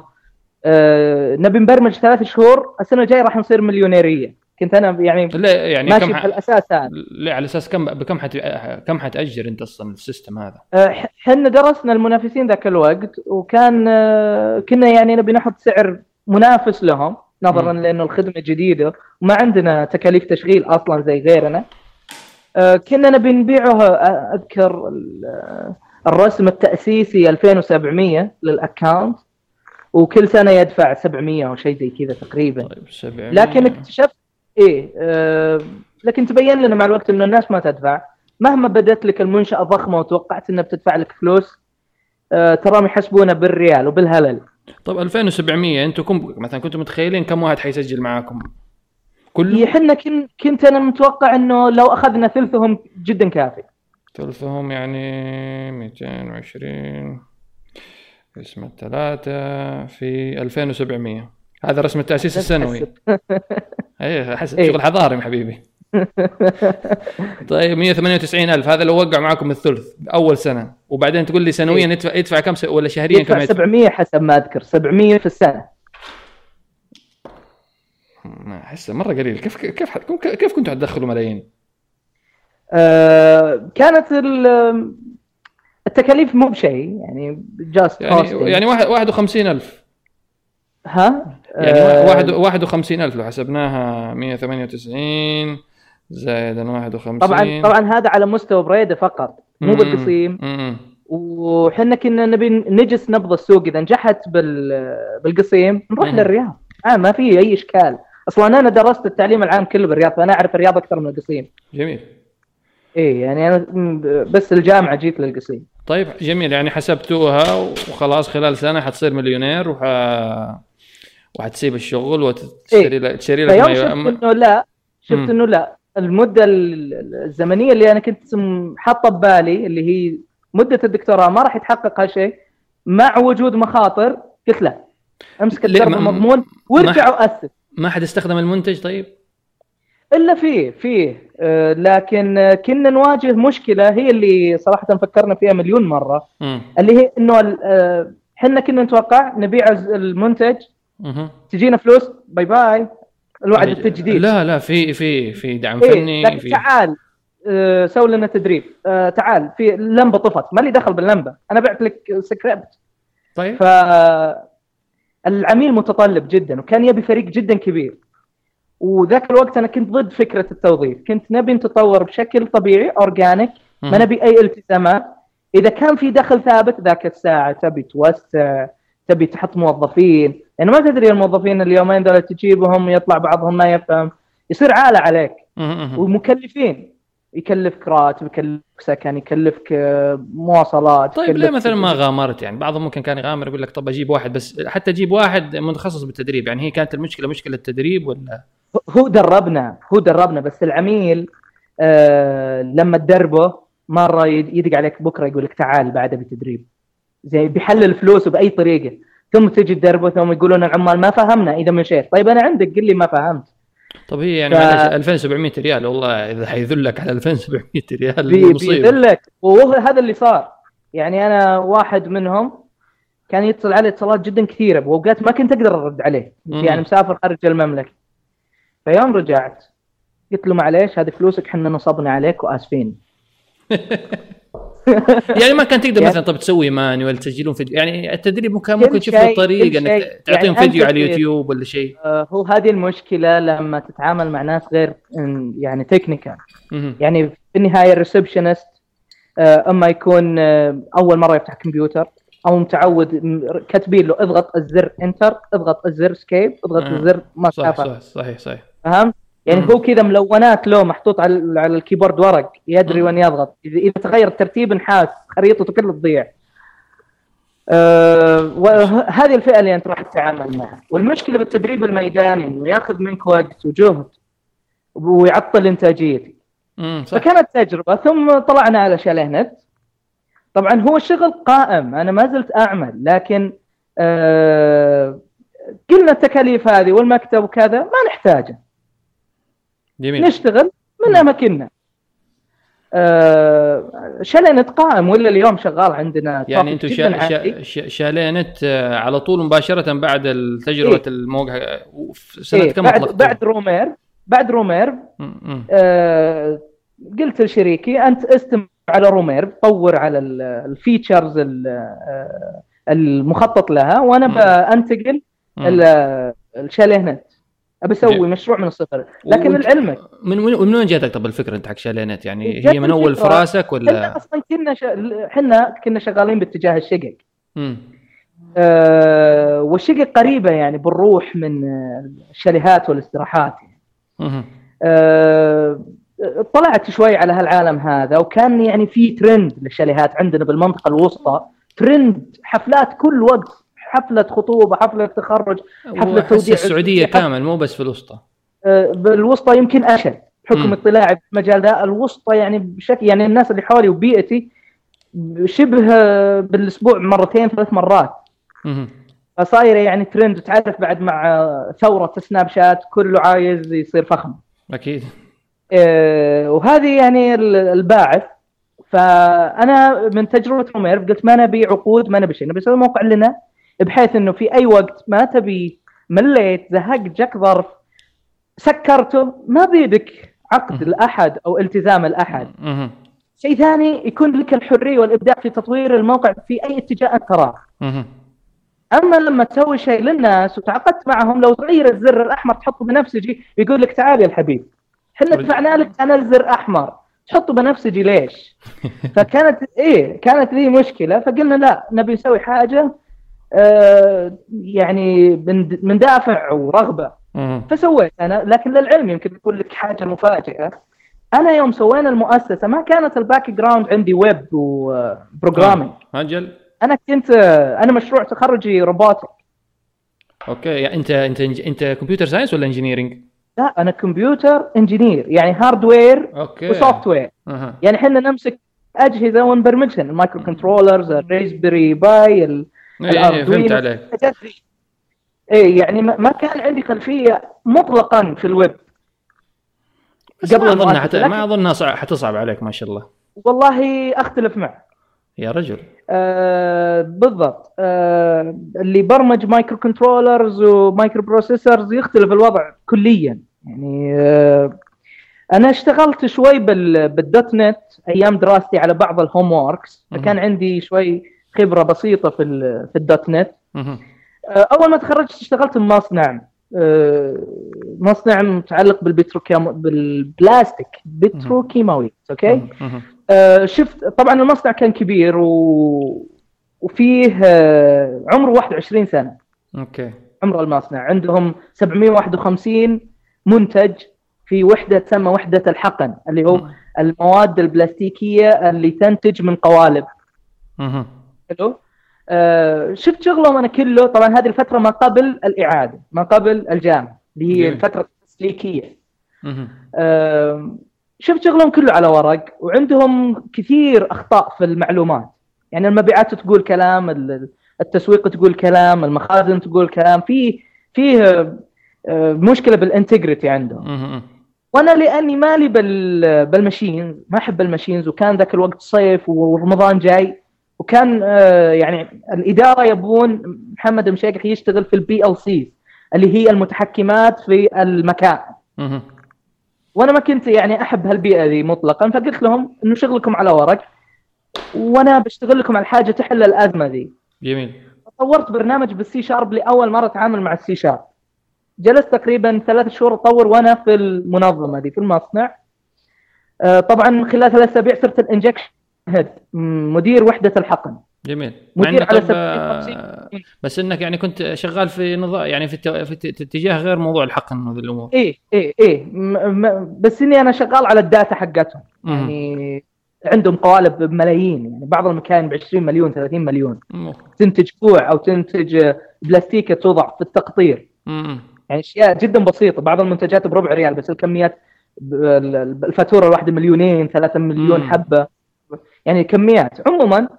نبي نبرمج 3 شهور، السنة الجاية راح نصير مليونيرية. كنت أنا يعني ماشي بالأساس هذا. لا على أساس كم حتأجر أنت أصلا السيستم هذا؟ حنا درسنا المنافسين ذاك الوقت، وكان كنا يعني نبي نحط سعر منافس لهم نظرا لأنه الخدمة جديدة وما عندنا تكاليف تشغيل أصلا زي غيرنا. كنا نبي نبيعه. أذكر الرسم التأسيسي 2700 للأكاونت، وكل سنة يدفع 700 أو شيء زي كذا تقريبا. طيب 700. لكن اكتشفت لكن تبين لنا مع الوقت إنه الناس ما تدفع مهما بدت لك المنشأة ضخمة وتوقعت إنها بتدفع لك فلوس. تراهم يحسبونه بالريال وبالهلل. طب 2700 انتم مثلا كنتوا متخيلين كم واحد حيسجل معاكم كله؟ احنا كنت انا متوقع انه لو اخذنا ثلثهم جدا كافي. ثلثهم يعني 220 اسم 3 في 2700. هذا رسم التأسيس السنوي. ايه حسب شغل حضاري يا حبيبي. طيب 198,000 هذا لو وقع معاكم الثلث أول سنة، وبعدين تقول لي سنويا يدفع كم ولا شهريا كم يدفع؟ 700 حسب ما أذكر، 700 في السنة. ما أحس مرة قليل. كيف كنتوا تدخلوا ملايين؟ كانت التكاليف مو بشيء يعني جاست يعني 51,000. ها يعني 51,000 لو حسبناها 198 زائد 51. طبعا هذا على مستوى بريدة فقط مو بالقصيم. وحنا كنا نبي نجس نبض السوق. إذا نجحت بالقصيم نروح للرياض. ما في أي إشكال. أصلا أنا درست التعليم العام كله بالرياض، فأنا أعرف الرياض أكثر من القصيم. جميل. إيه يعني أنا بس الجامعة جيت للقصيم. طيب جميل. يعني حسبتوها وخلاص خلال سنة حتصير مليونير وحتسيب الشغل وتشتري لك شفت إنه لا المدة الزمنية اللي أنا كنت حاطة ببالي اللي هي مدة الدكتوراه ما راح يتحقق هالشيء مع وجود مخاطر. قلت لا، أمسك الدرب المضمون وارجع وأسس. ما حد استخدم المنتج طيب؟ إلا فيه لكن كنا نواجه مشكلة هي اللي صراحة فكرنا فيها مليون مرة. اللي هي إنه حنا كنا نتوقع نبيع المنتج، تجينا فلوس، باي باي، الوعد التجديد. لا في دعم فني، لكن تعال سوي لنا تدريب، تعال في لمبه طفت، ما لي دخل باللمبه، انا بعت لك سكريبت. طيب فالعميل متطلب جدا، وكان يبي فريق جدا كبير. وذاك الوقت انا كنت ضد فكره التوظيف، كنت نبي نتطور بشكل طبيعي اورجانيك، ما نبي اي التزامات. اذا كان في دخل ثابت ذاك الساعه تبي توسع، تبي تحط موظفين، يعني ما تدري الموظفين اليومين دول تجيبهم يطلع بعضهم ما يفهم، يصير عالة عليك. ومكلفين، يكلفك راتب، يكلفك سكن، يكلفك مواصلات. طيب ليه مثلا ما غامرت؟ يعني بعضهم ممكن كان يغامر يقول لك طب اجيب واحد، بس حتى اجيب واحد متخصص بالتدريب. يعني هي كانت المشكله مشكله التدريب ولا هو دربنا بس العميل لما تدربه مره يدق عليك بكره يقول لك تعال بعد بتدريب، زي بيحلل فلوسه باي طريقه، ثم تجي تدربه ثم يقولون العمال ما فهمنا اذا مشيت. طيب انا عندك قل لي ما فهمت. طب هي يعني معلش 2700 ريال والله اذا حيذلك على 2700 ريال بيذلك. وهذا اللي صار. يعني انا واحد منهم كان يتصل علي اتصالات جدا كثيره بوقت ما كنت اقدر ارد عليه، يعني مسافر خارج المملكه. فيوم رجعت قلت له معليش هذه فلوسك، حنا نصبنا عليك واسفين. يعني ما كان تقدر مثلا طب تسوي مانيوال تسجلون فيديو؟ يعني التدريب ممكن تشوف له طريقه انك تعطيهم يعني فيديو على اليوتيوب ولا شيء. هو هذه المشكله لما تتعامل مع ناس غير يعني تكنيكال. يعني في النهايه الريسبشنست اما يكون اول مره يفتح كمبيوتر او متعود كاتبين له اضغط الزر انتر، اضغط الزر اسكيب، اضغط الزر مسافه. صحيح فهمت؟ يعني هو كذا ملونات له محطوط على الكيبورد ورق، يدري وين يضغط. اذا تغير الترتيب نحاس خريطته كلها تضيع. وهذه الفئه اللي انت راح تتعامل معها. والمشكله بالتدريب الميداني انه ياخذ منك وقت وجهد ويعطل انتاجيتي. فكانت تجربه. ثم طلعنا على شاليهنت. طبعا هو الشغل قائم، انا ما زلت اعمل، لكن قلنا التكاليف هذه والمكتب وكذا ما نحتاجه. جميل. نشتغل من اماكننا. شالينت قائم ولا اليوم شغال عندنا. يعني انتم شالينت على طول مباشره بعد تجربه الموقع سنه كم اطلقتوا؟ بعد رومير قلت لشريكي انت استمر على رومير، طور على الفيتشرز المخطط لها، وانا بانتقل الشالينت ابى اسوي مشروع من الصفر. لكن لعلمك من وين جاتك طب الفكره انت حق شالينت؟ يعني هي من اول فراسك ولا اصلا كنا شغالين باتجاه الشقق. والشقق قريبه يعني بالروح من الشاليهات والاستراحات. طلعت شوي على هالعالم هذا، وكان يعني في ترند للشاليهات عندنا بالمنطقه الوسطى، ترند حفلات كل وقت، حفله خطوبه، حفله تخرج، حفله توديع. السعوديه كامل مو بس في الوسطى. بالوسطى يمكن اشد حكم اطلاعي في المجال ذا. الوسطى يعني بشكل يعني الناس اللي حولي وبيئتي شبه بالاسبوع مرتين 3 مرات. فصايره يعني ترند. تعرف بعد مع ثوره سناب شات كله عايز يصير فخم اكيد. وهذه يعني الباعث. فانا من تجربه رومير قلت ما نبي عقود، ما نبي شيء، نبي نسوي موقع لنا بحيث انه في اي وقت ما تبي مليت زهقت جاك ظرف سكرته، ما بيدك عقد الاحد او التزام الاحد. شيء ثاني يكون لك الحريه والابداع في تطوير الموقع في اي اتجاه انت تراه. اما لما تسوي شيء للناس وتعاقدت معهم، لو تغير الزر الاحمر تحطه بنفسجي يقول لك تعال يا الحبيب احنا دفعنا لك انا الزر احمر تحطه بنفسجي ليش؟ فكانت كانت لي مشكله. فقلنا لا نبي نسوي حاجه يعني من دافع ورغبه. فسويت انا. لكن للعلم يمكن اقول لك حاجه مفاجئه، انا يوم سوينا المؤسسه ما كانت الباك جراوند عندي ويب وبروجرامينج. اجل انا مشروع تخرجي روبوتك. اوكي يعني انت كمبيوتر ساينس ولا انجينيرنج؟ لا انا كمبيوتر انجينير، يعني هاردوير وسوفت وير. يعني احنا نمسك اجهزه ونبرمجها، المايكرو كنترولرز، الريزبري باي، فهمت عليك. يعني ما كان عندي خلفيه مطلقا في الويب قبل. ما اظنها حتصعب عليك ما شاء الله. والله اختلف معك يا رجل. بالضبط. اللي برمج مايكرو كنترولرز ومايكرو بروسيسورز يختلف الوضع كليا. يعني انا اشتغلت شوي بالدوت نت ايام دراستي على بعض الهوم ووركس، فكان عندي شوي خبره بسيطه في الدوت نت. اول ما تخرجت اشتغلت بمصنع، مصنع متعلق بالبلاستيك بتروكيماوي. اوكي. شفت طبعا المصنع كان كبير وفيه عمره 21 سنه. اوكي. عمر المصنع عندهم 751 منتج في وحده تسمى وحده الحقن، اللي هو المواد البلاستيكيه اللي تنتج من قوالب. حلو. شفت شغلهم انا كله. طبعا هذه الفتره ما قبل الاعاده، ما قبل الجامعه، اللي هي الفتره التسليكيه. شفت شغلهم كله على ورق، وعندهم كثير اخطاء في المعلومات. يعني المبيعات تقول كلام، التسويق تقول كلام، المخازن تقول كلام، فيه مشكله بالانتجريتي عندهم. وانا لاني مالي بالماشينز، ما احب الماشينز، وكان ذاك الوقت صيف ورمضان جاي، وكان يعني الاداره يبون محمد المشيقح يشتغل في الPLC اللي هي المتحكمات في المكان. وانا ما كنت يعني احب هالبيئه ذي مطلقا، فقلت لهم انه شغلكم على ورق وانا بشتغل لكم على حاجه تحل الازمه ذي. جميل. طورت برنامج بالسي شارب لاول مره اتعامل مع السي شارب. جلست تقريبا 3 شهور اطور وانا في المنظمه دي في المصنع. طبعا خلال 3 أسابيع صرت الانجكشن هيد، مدير وحده الحقن. جميل. مدير على بس انك يعني كنت شغال في نظام، يعني في اتجاه غير موضوع الحقن وهذه الامور. ايه بس اني انا شغال على الداتا حقتهم. يعني عندهم قوالب بملايين، يعني بعض المكان ب20 مليون 30 مليون تنتج كوع او تنتج بلاستيكه توضع في التقطير. يعني اشياء جدا بسيطه، بعض المنتجات بربع ريال، بس الكميات الفاتوره الواحده 2 3 مليون حبه، يعني كميات. عموما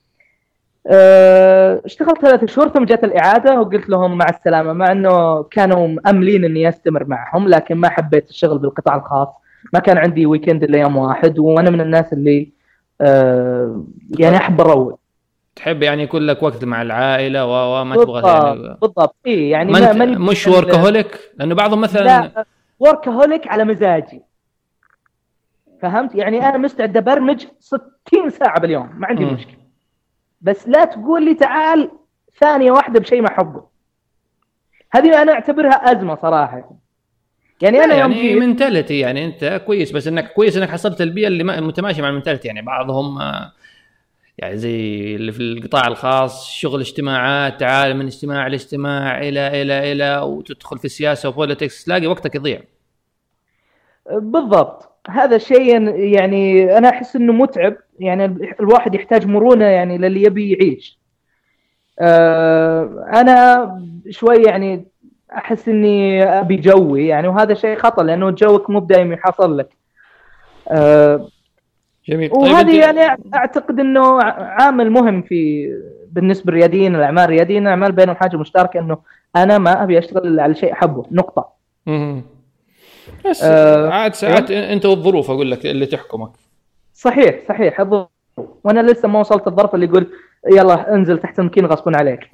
اشتغلت 3 شهور ثم جت الاعاده وقلت لهم مع السلامه، مع انه كانوا مأملين اني استمر معهم، لكن ما حبيت الشغل بالقطاع الخاص. ما كان عندي ويكند الا يوم واحد، وانا من الناس اللي يعني احب اروق، تحب يعني يكون لك وقت مع العائله وما تبغى يعني بالضبط. ايه يعني مش وركهوليك، لانه بعضهم مثلا لا وركهوليك على مزاجي، فهمت؟ يعني انا مستعد ابرمج 60 ساعه باليوم، ما عندي مشكله، بس لا تقول لي تعال ثانيه واحده بشيء ما احبه. هذه انا اعتبرها ازمه صراحه. يعني انا يعني منتاليتي، يعني انت كويس، بس انك كويس انك حصلت البيئه اللي متماشيه مع المنتاليتي. يعني بعضهم يعني زي اللي في القطاع الخاص شغل اجتماعات، تعال من اجتماع لاجتماع الى وتدخل في السياسه وبوليتكس، تلاقي وقتك يضيع. بالضبط. هذا الشيء يعني انا احس انه متعب. يعني الواحد يحتاج مرونه يعني للي يبي يعيش. انا شوي يعني احس اني ابي جوي يعني، وهذا شيء خطأ لانه جوك مو دائما يحصل لك. جميل. وهذه يعني اعتقد انه عامل مهم بالنسبه للرياديين، الاعمال الرياديين الاعمال بينهم حاجه مشتركه، انه انا ما ابي اشتغل على شيء احبه، نقطه. بس عاد ساعات انت والظروف اقول لك اللي تحكمك. صحيح الظروف. وانا لسه ما وصلت الظرف اللي يقول يلا انزل تحت المكين غصبا عليك.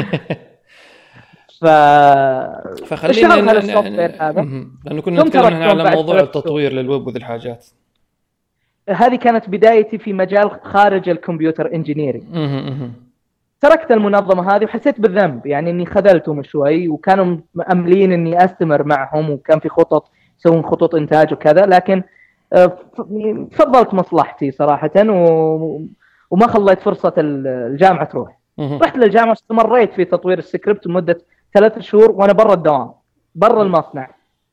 فخلينا لانه كنا نتكلم على موضوع التطوير للويب وذي الحاجات. هذه كانت بدايتي في مجال خارج الكمبيوتر انجينيرينج. تركت المنظمه هذه وحسيت بالذنب، يعني اني خذلتهم شوي، وكانوا مأملين اني استمر معهم، وكان في خطط يسوون خطوط انتاج وكذا، لكن فضلت مصلحتي صراحه وما خليت فرصه الجامعه تروح. رحت للجامعه، استمريت في تطوير السكريبت لمده 3 شهور وانا برا الدوام، برا المصنع.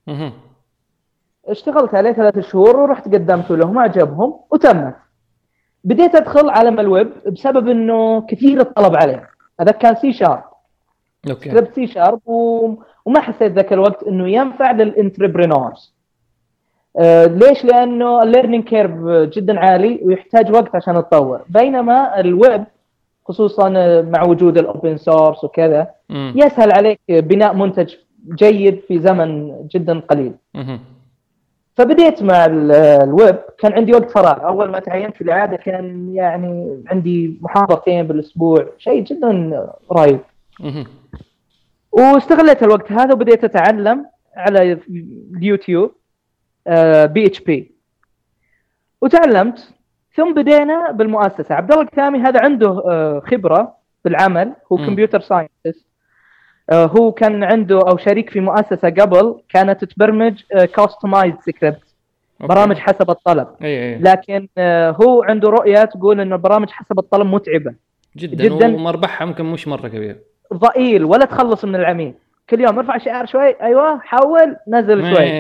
اشتغلت عليه 3 شهور ورحت قدمت لهم، عجبهم وتمت. بديت ادخل عالم الويب بسبب انه كثير الطلب عليه. هذا كان سي شارب، سكريبت سي شارب، وما حسيت ذاك الوقت انه ينفع للانتربرينورز. ليش؟ لانه الليرنينج كيرف جدا عالي ويحتاج وقت عشان يتطور، بينما الويب خصوصا مع وجود الاوبن سورس وكذا يسهل عليك بناء منتج جيد في زمن جدا قليل. فبديت مع الويب. كان عندي وقت فراغ اول ما تعينت في الاعاده، كان يعني عندي محاضرتين بالاسبوع، شيء جدا رهيب. واستغليت الوقت هذا وبديت اتعلم على اليوتيوب PHP وتعلمت. ثم بدينا بالمؤسسه. عبد الله الكتامي هذا عنده خبره بالعمل، هو كمبيوتر ساينتست. هو كان عنده او شريك في مؤسسه قبل كانت تبرمج كاستمايزد سكريبت، برامج حسب الطلب. لكن هو عنده رؤيه تقول ان البرامج حسب الطلب متعبه جدا ومربحها ممكن مش مره كبير، ضئيل، ولا تخلص من العميل. كل يوم ارفع شعار شوي، ايوه حاول نزل شوي.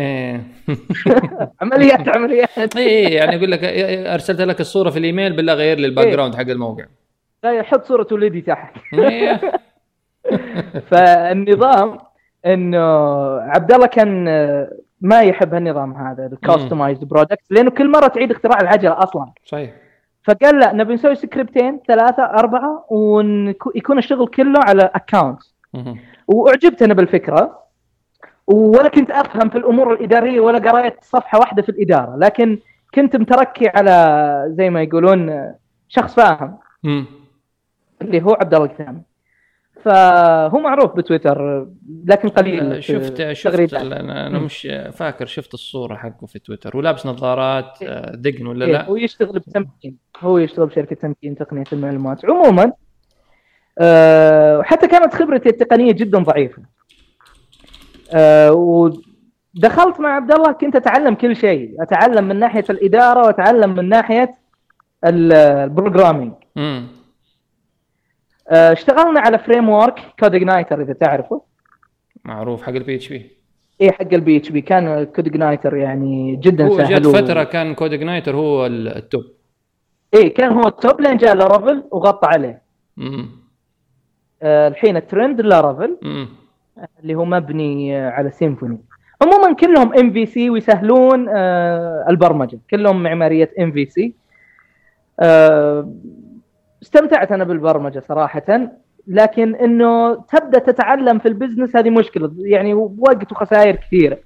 عمليات. يعني يقول لك ارسلت لك الصوره في الايميل، بالله غير لي الباك جراوند حق الموقع، لا يحط صوره ولدي تحت. فالنظام انه عبد الله كان ما يحب هالنظام هذا الكاستمايزد برودكت، لانه كل مره تعيد اختراع العجله اصلا. صحيح. فقال لا، نبي نسوي سكريبتين 3 4 ويكون الشغل كله على اكاونت. واعجبت انا بالفكره، ولا كنت افهم في الامور الاداريه ولا قرأت صفحه واحده في الاداره، لكن كنت متركي على زي ما يقولون شخص فاهم اللي هو عبد الله الكتامي. فهو معروف بتويتر لكن قليل. شفت انا مش فاكر، شفت الصوره حقه في تويتر ولابس نظارات دقن ولا لا؟ هو يشتغل بتمكين، هو يشتغل بشركه تمكين تقنيه المعلومات عموما. وحتى كانت خبرتي التقنيه جدا ضعيفه. ودخلت مع عبد الله كنت اتعلم كل شيء، اتعلم من ناحيه الاداره واتعلم من ناحيه البروجرامينج. اشتغلنا على فريم ورك كود اجنايتر، اذا تعرفه. معروف حق البي اتش بي. ايه حق البي اتش بي. كان كود اجنايتر يعني جدا سهل. جت فتره كان كود اجنايتر هو التوب. ايه كان هو التوب لين جاء لارافيل وغطى عليه. الحين الترند لارافيل اللي هو مبني على سيمفوني. عموما كلهم MVC ويسهلون البرمجه، كلهم معماريه MVC. استمتعت أنا بالبرمجة صراحة، لكن إنه تبدأ تتعلم في البزنس هذه مشكلة، يعني وقت وخسائر كثيرة.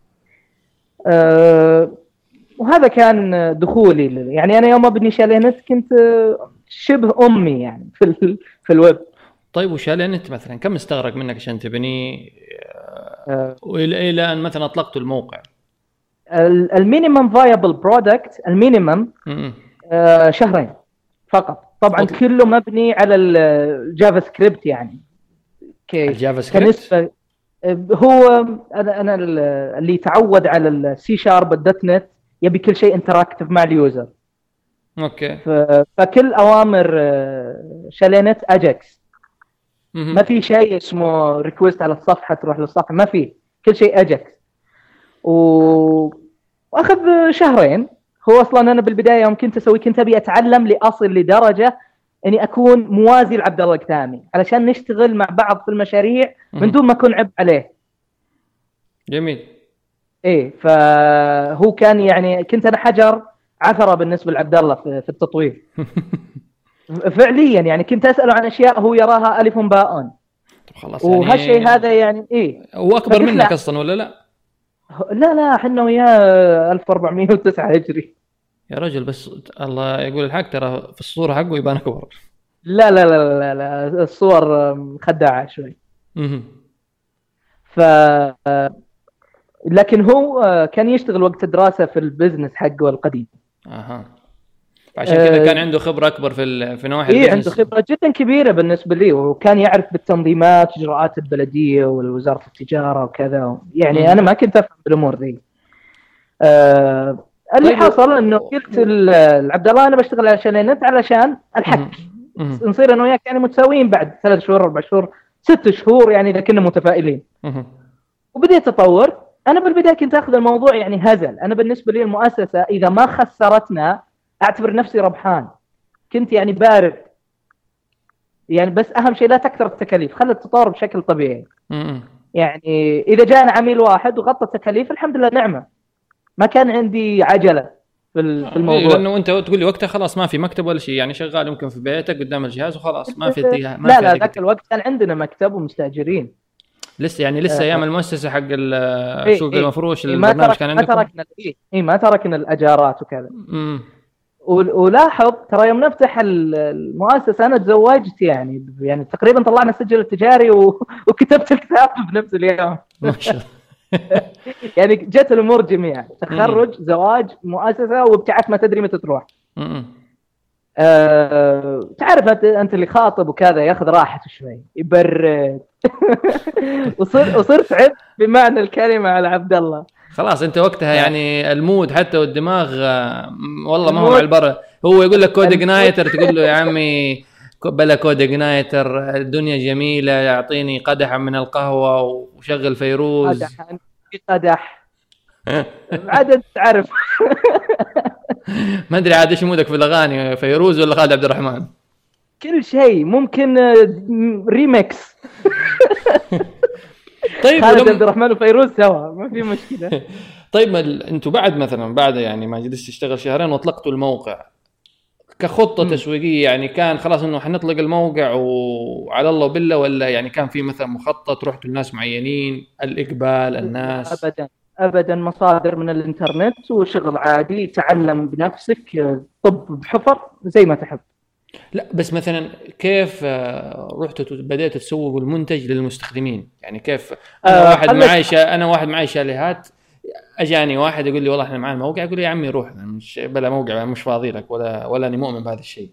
وهذا كان دخولي. يعني أنا يوم أبني شالينت كنت شبه أمي يعني في الويب. طيب وشالينت مثلا كم استغرق منك عشان تبني وإلى أن مثلا أطلقت الموقع؟ المينيمم فايبل برودكت، المينيمم شهرين فقط. طبعا كله مبني على الجافا سكريبت. يعني الجافا سكريبت هو انا اللي تعود على السي شارب الدوت نت يبي كل شيء انتراكتيف مع اليوزر. اوكي. فكل اوامر شالينت اجاكس. ما في شيء اسمه ريكويست على الصفحه تروح للصفحه، ما في، كل شيء اجاكس. واخذ شهرين. هو اصلا انا بالبدايه يوم كنت ابي اتعلم لاصل لدرجه اني اكون موازي لعبد الله الكتامي علشان نشتغل مع بعض في المشاريع من دون ما اكون عبء عليه. جميل. ايه فهو كان يعني كنت انا حجر عثره بالنسبه لعبد الله في التطوير. فعليا يعني كنت اساله عن اشياء هو يراها الف باء. طب خلاص وهالشيء هذا يعني ايه هو اكبر منك اصلا ولا لا؟ لا احنا وياه 1409 هجري يا رجل. بس الله يقول الحق، ترى في الصوره حقه يبان اكبر. لا الصور خداعه شوي. لكن هو كان يشتغل وقت الدراسه في البزنس حقه القديم. عشان كذا كان عنده خبره اكبر في نواحي البزنس. عنده خبره جدا كبيره بالنسبه لي، وكان يعرف بالتنظيمات اجراءات البلديه ووزاره التجاره وكذا. يعني انا ما كنت افهم بالامور ذي. اللي حصل انه قلت لعبد الله انا بشتغل على شالينت علشان الحق نصير انا وياك يعني متساويين بعد 3 شهور 4 شهور 6 شهور، يعني اذا كنا متفائلين. وبديت اطور. انا بالبدايه كنت اخذ الموضوع يعني هزل. انا بالنسبه لي المؤسسه اذا ما خسرتنا اعتبر نفسي ربحان. كنت يعني بارد يعني، بس اهم شيء لا تكثر التكاليف، خلي التطور بشكل طبيعي. يعني اذا جاءنا عميل واحد وغطى التكاليف الحمد لله نعمه. ما كان عندي عجله في الموضوع. لانه انت تقول لي وقتها خلاص ما في مكتب ولا شيء، يعني شغال يمكن في بيتك قدام الجهاز وخلاص ما في لا ذاك الوقت كان عندنا مكتب ومستاجرين. لسه ايام المؤسسه حق سوق المفروش ما البرنامج كان عندكم. ما تركنا الاجارات وكذا. ولاحظ ترى يوم نفتح المؤسسه انا تزوجت يعني تقريبا طلعنا السجل التجاري وكتبت الكتاب بنفس اليوم. ما شاء الله. يعني جت الامور جميعا، تخرج زواج مؤسسه وابتعاث ما تدري متى تروح. تعرف انت اللي خاطب وكذا ياخذ راحته شوي يبرد. وصرت عبد بمعنى الكلمه على عبد الله. خلاص انت وقتها يعني المود حتى والدماغ والله ما هو على البر. هو يقول لك كود اجنايتر تقول له يا عمي بلا كود اجنايتر، الدنيا جميله، يعطيني قدح من القهوه وشغل فيروز. قدح عدد تعرف. ما ادري عاد ايش مودك في الاغاني، فيروز ولا خالد عبد الرحمن؟ كل شيء ممكن ريميكس. طيب خالد عبد الرحمن وفيروز سوا ما في مشكله. طيب انتوا بعد يعني ما جلست تشتغل شهرين واطلقتوا الموقع كخطه تسويقيه، يعني كان خلاص انه حنطلق الموقع وعلى الله بالله، ولا يعني كان في مثلا مخطط رحتوا لناس معينين الاقبال الناس؟ ابدا مصادر من الانترنت وشغل عادي، تعلم بنفسك، طب بحفر زي ما تحب. لا بس مثلا كيف رحتوا بدأتوا تسوقوا المنتج للمستخدمين؟ يعني كيف انا واحد معي شاليهات، اجاني واحد يقول لي والله احنا معنا موقع، اقول له يا عمي روح، مش بلا موقع مش فاضي لك ولا اني مؤمن بهذا الشيء.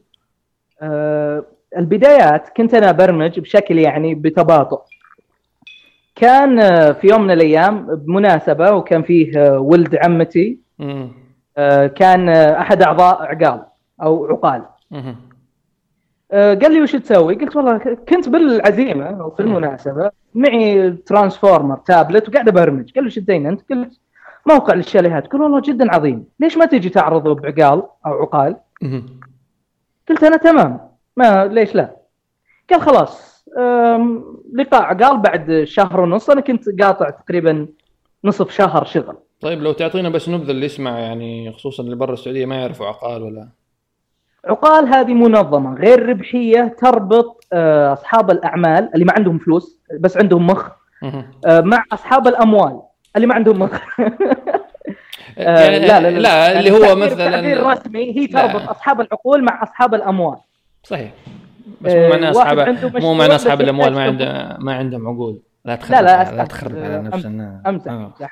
البدايات كنت انا برمج بشكل يعني بتباطؤ. كان في يوم من الايام بمناسبه وكان فيه ولد عمتي، كان احد اعضاء عقال او عقال. قال لي وش تسوي؟ قلت والله كنت بالعزيمه وفي المناسبه معي ترانسفورمر تابلت وقاعد ابرمج. قال لي وش تدين انت؟ قلت موقع للشاليهات. قال والله جدا عظيم، ليش ما تيجي تعرضه بعقال او عقال؟ قلت انا تمام، ما ليش لا. قال خلاص لقاء عقال بعد شهر ونص. انا كنت قاطع تقريبا نصف شهر شغل. طيب لو تعطينا بس نبذه اللي يسمع يعني خصوصا اللي برا السعوديه ما يعرفوا عقال ولا. عقال هذه منظمة غير ربحية تربط أصحاب الأعمال اللي ما عندهم فلوس بس عندهم مخ مع أصحاب الأموال اللي ما عندهم مخ. يعني لا اللي هو مثلا تعبير رسمي، هي تربط أصحاب العقول مع أصحاب الأموال. صحيح، بس مو معنى أصحاب الأموال ما عندهم عقول. لا تخرب على نفسنا. أمزح.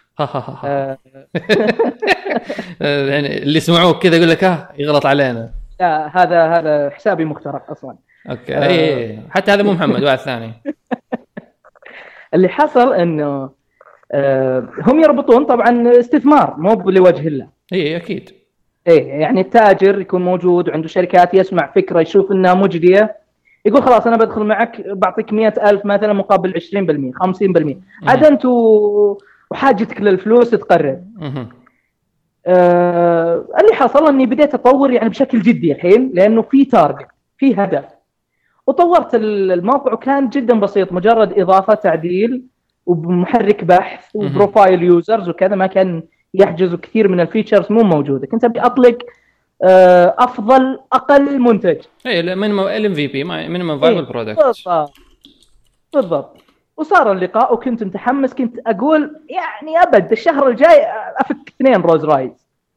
يعني اللي سمعوك كذا يقول لك يغلط علينا. لا هذا حسابي مخترق اصلا. اوكي حتى هذا مو محمد واحد ثاني. اللي حصل انه هم يربطون طبعا استثمار مو لوجه الله. اكيد. يعني التاجر يكون موجود وعنده شركات، يسمع فكره يشوف انها مجديه يقول خلاص انا بدخل معك بعطيك 100,000 مثلا مقابل 20% 50%. عاد انت وحاجتك للفلوس تقرر. اللي حصل اني بديت اطور يعني بشكل جدي الحين، لانه في تارجت في هدف. وطورت الموقع وكان جدا بسيط، مجرد اضافه تعديل وبمحرك بحث وبروفايل يوزرز وكذا. ما كان يحجز كثير من الفيتشرز مو موجوده. كنت ابي اطلق افضل اقل منتج، من MVP من فايبل برودكت بالضبط. وصار اللقاء وكنت متحمس، كنت اقول يعني ابد الشهر الجاي افك 2 روز رايز.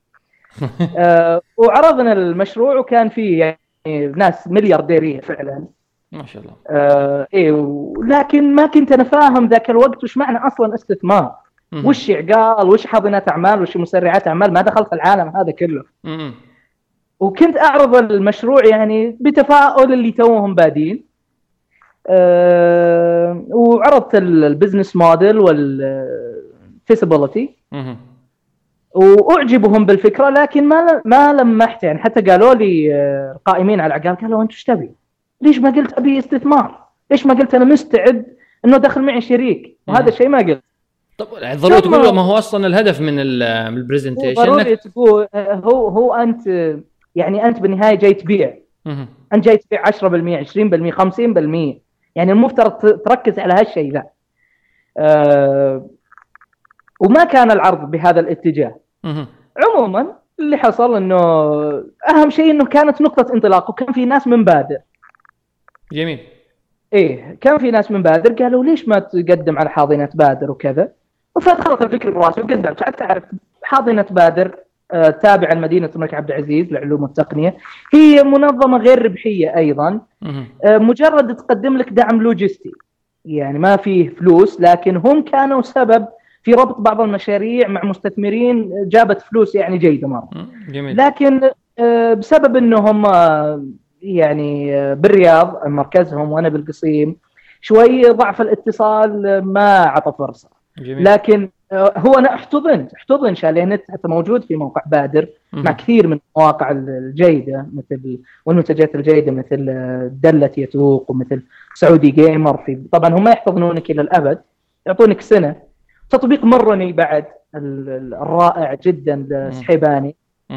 وعرضنا المشروع وكان فيه يعني ناس مليارديريه فعلا ما شاء الله. لكن ما كنت انا فاهم ذاك الوقت وش معنى اصلا استثمار، وش عقال، وش حاضنات اعمال، وش مسرعات اعمال. ما دخلت العالم هذا كله. وكنت اعرض المشروع يعني بتفاؤل اللي توهم بادين. وعرضت البزنس موديل والفيسيبيليتي واعجبهم بالفكره، لكن ما لمحت يعني. حتى قالوا لي القائمين على العقال قالوا انت ايش تبي؟ ليش ما قلت ابي استثمار؟ ليش ما قلت انا مستعد انه دخل معي شريك؟ وهذا الشيء ما قلت. طب ضروري تقول ما هو اصلا الهدف من البرزنتيشن ضروري تقول هو انت يعني انت بالنهايه جاي تبيع. انت جاي تبيع 10% 20% 50%. يعني المفترض تركز على هالشيء ذا. وما كان العرض بهذا الاتجاه. عموما اللي حصل انه اهم شيء انه كانت نقطة انطلاق وكان في ناس من بادئ. جميل. ايه كان في ناس من بادر قالوا ليش ما تقدم على حاضنة بادر وكذا، فدخلت الفكره براسي وقدمت. حتى تعرف حاضنة بادر تابعه لمدينه الملك عبد العزيز للعلوم والتقنيه، هي منظمه غير ربحيه ايضا، مجرد تقدم لك دعم لوجستي، يعني ما فيه فلوس، لكن هم كانوا سبب في ربط بعض المشاريع مع مستثمرين جابت فلوس يعني جيده مره. جميل. لكن بسبب انهم يعني بالرياض مركزهم وانا بالقصيم، شوي ضعف الاتصال ما عطى فرصه. جميل. لكن هو انا احتضن شالينت حتى موجود في موقع بادر مع كثير من المواقع الجيده مثل والمنتجات الجيده مثل دلة يتوق ومثل سعودي جيمر. في طبعا هم ما يحتضنونك الى الابد، يعطونك سنه. تطبيق مرني بعد الرائع جدا لسحيباني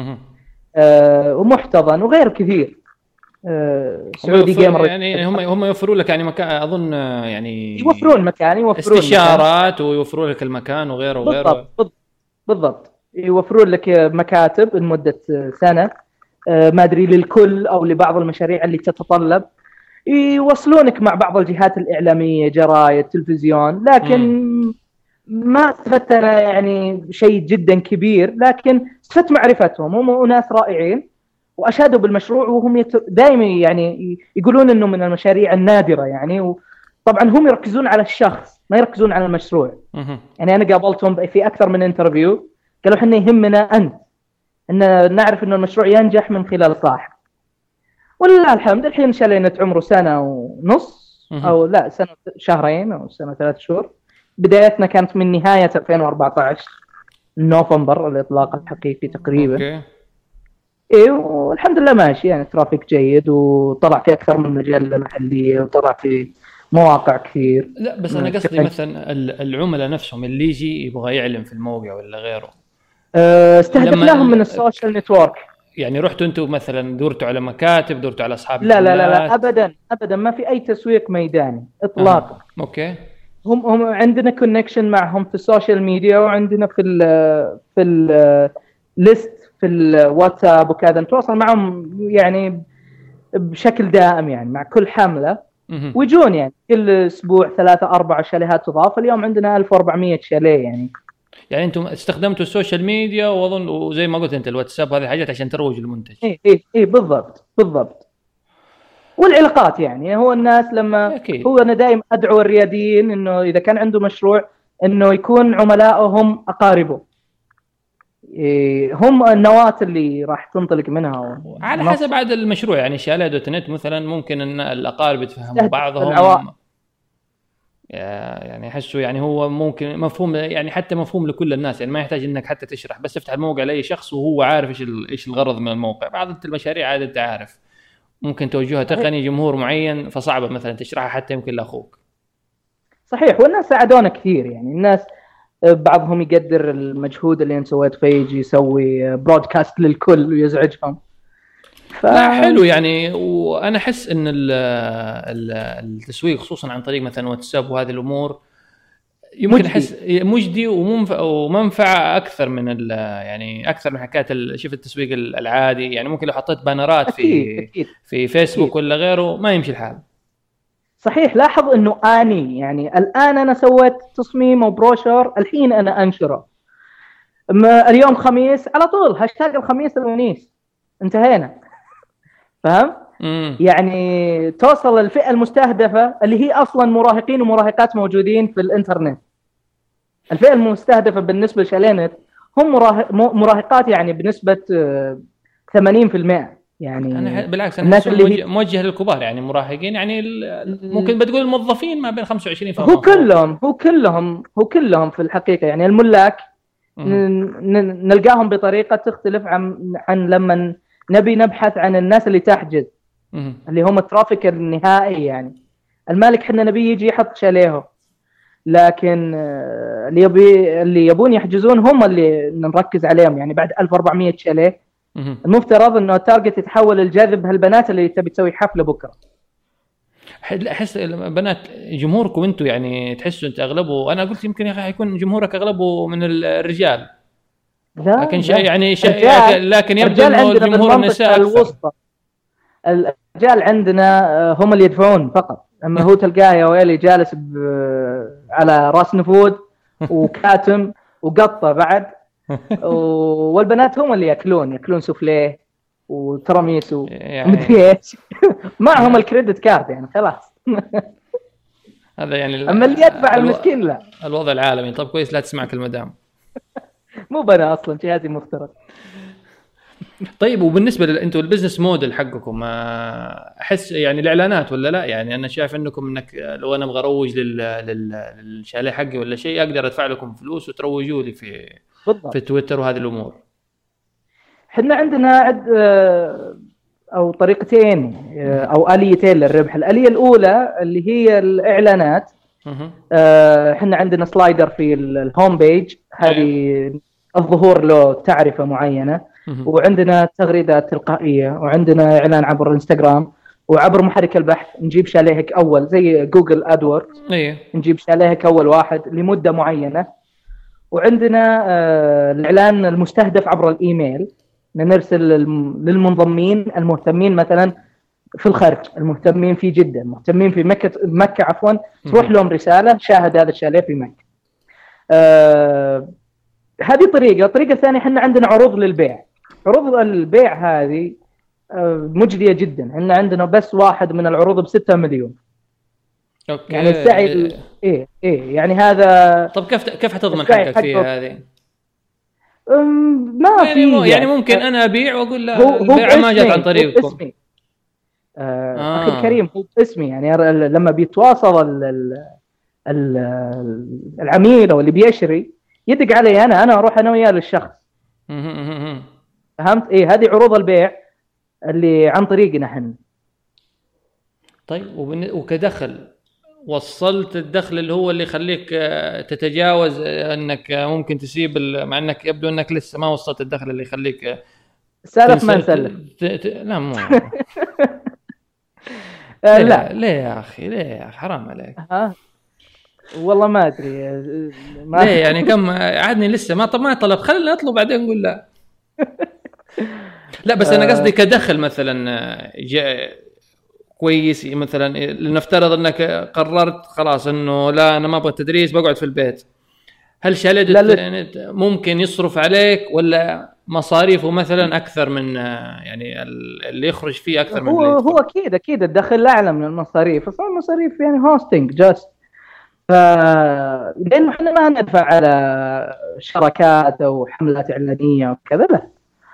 ومحتضن وغير كثير. سعودي جيمر يعني هم يوفروا لك يعني مكان، اظن يعني يوفرون مكان، يوفرون استشارات ويوفروا لك المكان وغيره وغيره. بالضبط يوفرون لك مكاتب لمده سنه، ما ادري للكل او لبعض المشاريع اللي تتطلب، يوصلونك مع بعض الجهات الاعلاميه، جرايد، تلفزيون. لكن ما استفدت انا يعني شيء جدا كبير، لكن استفدت معرفتهم. هم ناس رائعين واشادوا بالمشروع، وهم دائما يعني يقولون انه من المشاريع النادره يعني. وطبعا هم يركزون على الشخص ما يركزون على المشروع. يعني انا قابلتهم في اكثر من انترفيو، قالوا احنا يهمنا انت، ان نعرف انه المشروع ينجح من خلال صاحب. ولله الحمد الحين شالينت عمره سنه ونص او لا سنه شهرين او سنه 3 شهور. بدايتنا كانت من نهايه 2014 نوفمبر الاطلاق الحقيقي تقريبا. اوكي. ايه والحمد لله ماشي يعني، ترافيك جيد، وطلع في اكثر من مجله محليه، وطلع في مواقع كثير. لا بس انا قصدي مثلا العملاء نفسهم اللي يجي يبغى يعلن في الموقع ولا غيره، استهدف لهم من السوشيال نتورك. يعني رحتوا انتم مثلا دورتوا على مكاتب، دورتوا على اصحاب لا ابدا ما في اي تسويق ميداني اطلاقا. اوكي. هم عندنا كونكشن معهم في السوشيال ميديا، وعندنا في الليست في الواتساب وكذا، نتواصل معهم يعني بشكل دائم يعني مع كل حمله. ويجون يعني كل اسبوع 3-4 شاليهات تضاف. اليوم عندنا 1400 شاليه يعني. يعني انتم استخدمتوا السوشيال ميديا واظن وزي ما قلت انت الواتساب هذه حاجات عشان تروج المنتج. ايه بالضبط. والعلاقات يعني هو الناس لما أكيد. هو انا دائما ادعو الرياديين انه اذا كان عنده مشروع انه يكون عملائهم اقاربه، هم النواة اللي راح تنطلق منها على حسب عدد المشروع. يعني شاليه دوت نت مثلا ممكن ان الاقارب يتفهموا بعضهم، يعني احسه يعني هو ممكن مفهوم، يعني حتى مفهوم لكل الناس، يعني ما يحتاج انك حتى تشرح، بس افتح الموقع لاي شخص وهو عارف ايش الغرض من الموقع. بعض المشاريع عادة انت عارف ممكن توجهها تقني جمهور معين، فصعبه مثلا تشرحها حتى يمكن لاخوك. صحيح. والناس ساعدونا كثير يعني. الناس بعضهم يقدر المجهود اللي انت سويت فيه، يسوي برودكاست للكل ويزعجهم. لا حلو يعني. وانا احس ان التسويق خصوصا عن طريق مثلا واتساب وهذه الامور يمكن احس مجدي ومنفعه اكثر من يعني اكثر من حكايه شوف التسويق العادي. يعني ممكن لو حطيت بانرات في فيسبوك ولا غيره ما يمشي الحال. صحيح. لاحظ انه يعني الان انا سويت تصميم وبروشر، الحين انا انشره. اليوم خميس على طول هاشتاج الخميس الونيس، انتهينا. فهم؟ يعني توصل الفئة المستهدفة اللي هي أصلا مراهقين ومراهقات موجودين في الإنترنت. الفئة المستهدفة بالنسبة لشالينت هم مراهقات يعني بنسبة 80%. يعني أنا بالعكس أنا الناس اللي موجه للكبار يعني مراهقين، يعني ممكن بتقول الموظفين ما بين 25 فما. هو كلهم في الحقيقة يعني الملاك نلقاهم بطريقة تختلف عن لما نبي نبحث عن الناس اللي تحجز اللي هم الترافيك النهائي. يعني المالك حنا نبي يجي يحط شاليه، لكن اللي يبون يحجزون هم اللي نركز عليهم. يعني بعد 1400 شاليه المفترض انه التارجت يتحول الجاذب هالبنات اللي تبي تسوي حفله بكره. احس البنات جمهوركم انتم يعني تحسوا انت اغلبه، انا قلت يمكن يكون جمهورك اغلبه من الرجال، لكن لكن يبدو انه جمهور النساء الوسطى. الرجال عندنا هم اللي يدفعون فقط، اما هو تلقاه يا ويلي جالس على راس نفود وكاتم وقطه بعد والبنات هم اللي ياكلون سوفليه وتراميسو مدري ايش معهم الكريدت كارد يعني خلاص. هذا يعني اما اللي يدفع المسكين لا. الوضع العالمي. طب كويس لا تسمعك المدام. مو بنا اصلا جهازي مفترض. طيب وبالنسبه انتوا البزنس موديل حقكم احس يعني الاعلانات ولا لا؟ يعني انا شايف انكم انك لو انا ابغى اروج للشاليه حقي ولا شيء اقدر ادفع لكم فلوس وتروجوا لي في تويتر وهذه الامور. احنا عندنا او طريقتين او اليتين للربح. الاليه الاولى اللي هي الاعلانات. احنا عندنا سلايدر في الهوم بيج، هذه الظهور له تعرفه معينه، وعندنا تغريدات تلقائيه، وعندنا اعلان عبر الانستغرام وعبر محرك البحث. نجيب شاليهك اول زي جوجل ادورد، نجيب شاليهك اول واحد لمده معينه. وعندنا الاعلان المستهدف عبر الايميل، نرسل للمنضمين المهتمين مثلا في الخارج، المهتمين في جدة، المهتمين في مكة عفوا، تروح لهم رسالة شاهد هذا الشاليه في مكة. هذه طريقة. الطريقة الثانية احنا عندنا عروض للبيع. عروض البيع هذه مجدية جدا. احنا عندنا بس واحد من العروض ب6 مليون. اوكي. يعني السعي ايه يعني هذا. طب كيف حتضمن حقك فيها هذه؟ ما في يعني ممكن انا ابيع واقول لا البيعه ما جت عن طريقكم. اخي الكريم هو باسمي. يعني لما بيتواصل العميل او اللي بيشتري يدق علي انا اروح انا وياه للشخص. فهمت؟ ايه هذه عروض البيع اللي عن طريقنا احنا. طيب وكدخل وصلت الدخل اللي هو اللي يخليك تتجاوز انك ممكن تسيب مع انك يبدو انك لسه ما وصلت الدخل اللي يخليك سلف ما نسلف. لا مو لا ليه يا اخي حرام عليك. والله ما ادري ليه يعني كم عادني لسه ما طلب خلينا نطلب بعدين نقول لا. لا بس انا قصدي كدخل مثلا كويس. مثلا لنفترض انك قررت خلاص انه لا انا ما ابغى التدريس بقعد في البيت، هل شاليه ممكن يصرف عليك ولا مصاريفه مثلا اكثر من يعني اللي يخرج فيه اكثر من هو اكيد الدخل اعلى من المصاريف. اصلا المصاريف يعني هوستنج جاست لانه احنا ما ندفع على شركات او حملات اعلانيه وكذا لا.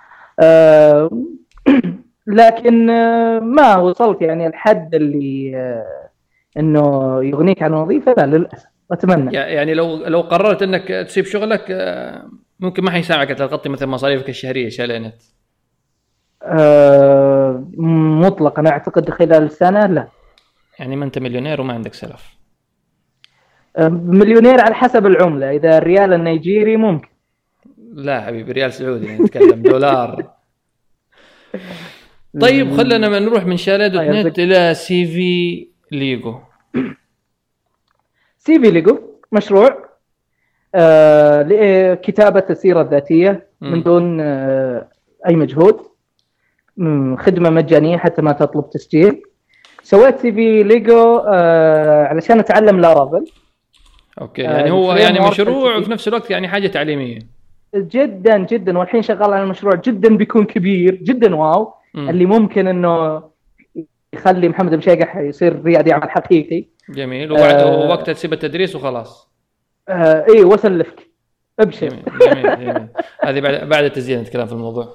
لكن ما وصلت يعني الحد اللي انه يغنيك عن وظيفه لا للاسف. اتمنى يعني لو قررت انك تسيب شغلك ممكن ما حيساعدك تغطي مثلا مصاريفك الشهريه شالينت. مطلقا انا اعتقد خلال سنه لا. يعني ما انت مليونير وما عندك سلف. مليونير على حسب العمله. اذا الريال النيجيري ممكن. لا حبيبي ريال سعودي نتكلم دولار. طيب خلينا نروح من شاليه دوت نت الى سي في ليجو. سي في ليجو مشروع لكتابة السيرة الذاتية من دون أي مجهود، خدمة مجانية حتى ما تطلب تسجيل. سويت سي في ليجو علشان أتعلم لارافيل. أوكي يعني هو يعني مشروع وفي نفس الوقت يعني حاجة تعليمية جدا جدا. والحين شغال على المشروع جدا بيكون كبير جدا واو. اللي ممكن إنه يخلي محمد المشيقح يصير ريادي عمل حقيقي. جميل. وبعد وقتها تسيب التدريس وخلاص. ايه وسلفك ابشر. جميل. هذه بعد التسجيل نتكلم في الموضوع.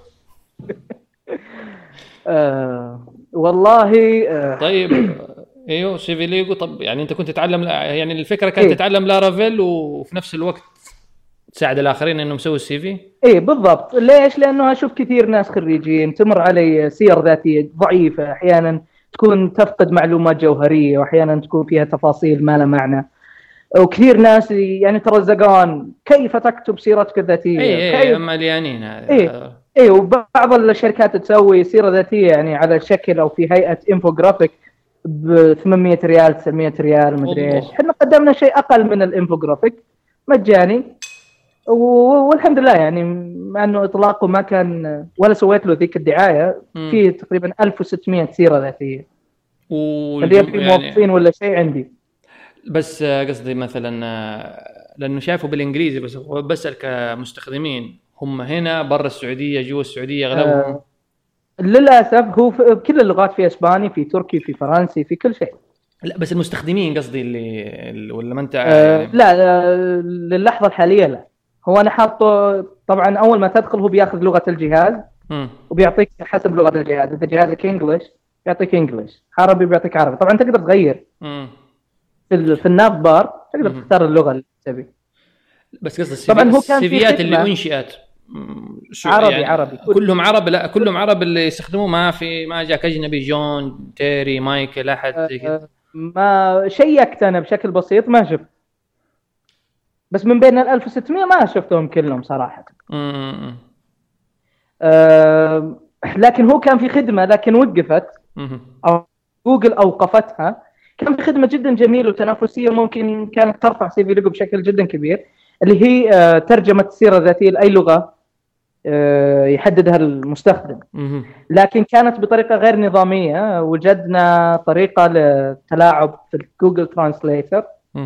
والله طيب ايوه سي في ليجو. طب يعني انت كنت تتعلم يعني الفكره كانت تتعلم لارافيل وفي نفس الوقت تساعد الاخرين انهم يسووا السي في. ايه بالضبط. ليش؟ لانه اشوف كثير ناس خريجين تمر علي سير ذاتيه ضعيفه، احيانا تكون تفقد معلومات جوهريه واحيانا تكون فيها تفاصيل ما لها معنى. وكثير ناس يعني ترزقان كيف تكتب سيرتك الذاتيه. ايه مليانين هذا. ايه وبعض الشركات تسوي سيره ذاتيه يعني على شكل او في هيئه انفوجرافيك ب 800 ريال 900 ريال مدري ايش. احنا قدمنا شيء اقل من الانفوجرافيك مجاني والحمد لله. يعني مع انه اطلاقه ما كان ولا سويت له ذيك الدعايه، فيه تقريبا 1600 سيره ذاتيه. اللي يبي موظفين ولا شيء عندي. بس قصدي مثلا لانه شايفه بالانجليزي، بس بسأل كمستخدمين هم هنا برا السعوديه جوا السعوديه اغلبهم. للاسف هو في كل اللغات، في اسباني، في تركي، في فرنسي، في كل شيء. لا بس المستخدمين قصدي اللي ولا ما انت يعني... لا للحظه الحاليه لا. هو انا حاطه طبعا اول ما تدخل هو بياخذ لغه الجهاز وبيعطيك حسب لغه الجهاز. اذا جهازك انجلش بيعطيك انجلش، عربي بيعطيك عربي. طبعا تقدر تغير في الناف بار، تقدر تختار اللغه اللي تبي. بس قصدي طبعا هو كان السيفيات اللي انشئت عربي يعني عربي كلهم عرب. لا كلهم عرب اللي يستخدموه، ما جاك اجنبي جون تيري مايكل احد زي كذا. ما شيكت انا بشكل بسيط ما شفت، بس من بين 1600 ما شفتهم كلهم صراحه. لكن هو كان في خدمه لكن وقفت او جوجل اوقفتها. كان في خدمه جدا جميله وتنافسيه ممكن كانت ترفع سي في لوجو بشكل جدا كبير، اللي هي ترجمه السيره الذاتيه لاي لغه يحددها المستخدم. لكن كانت بطريقه غير نظاميه. وجدنا طريقه للتلاعب في جوجل ترانسليتر.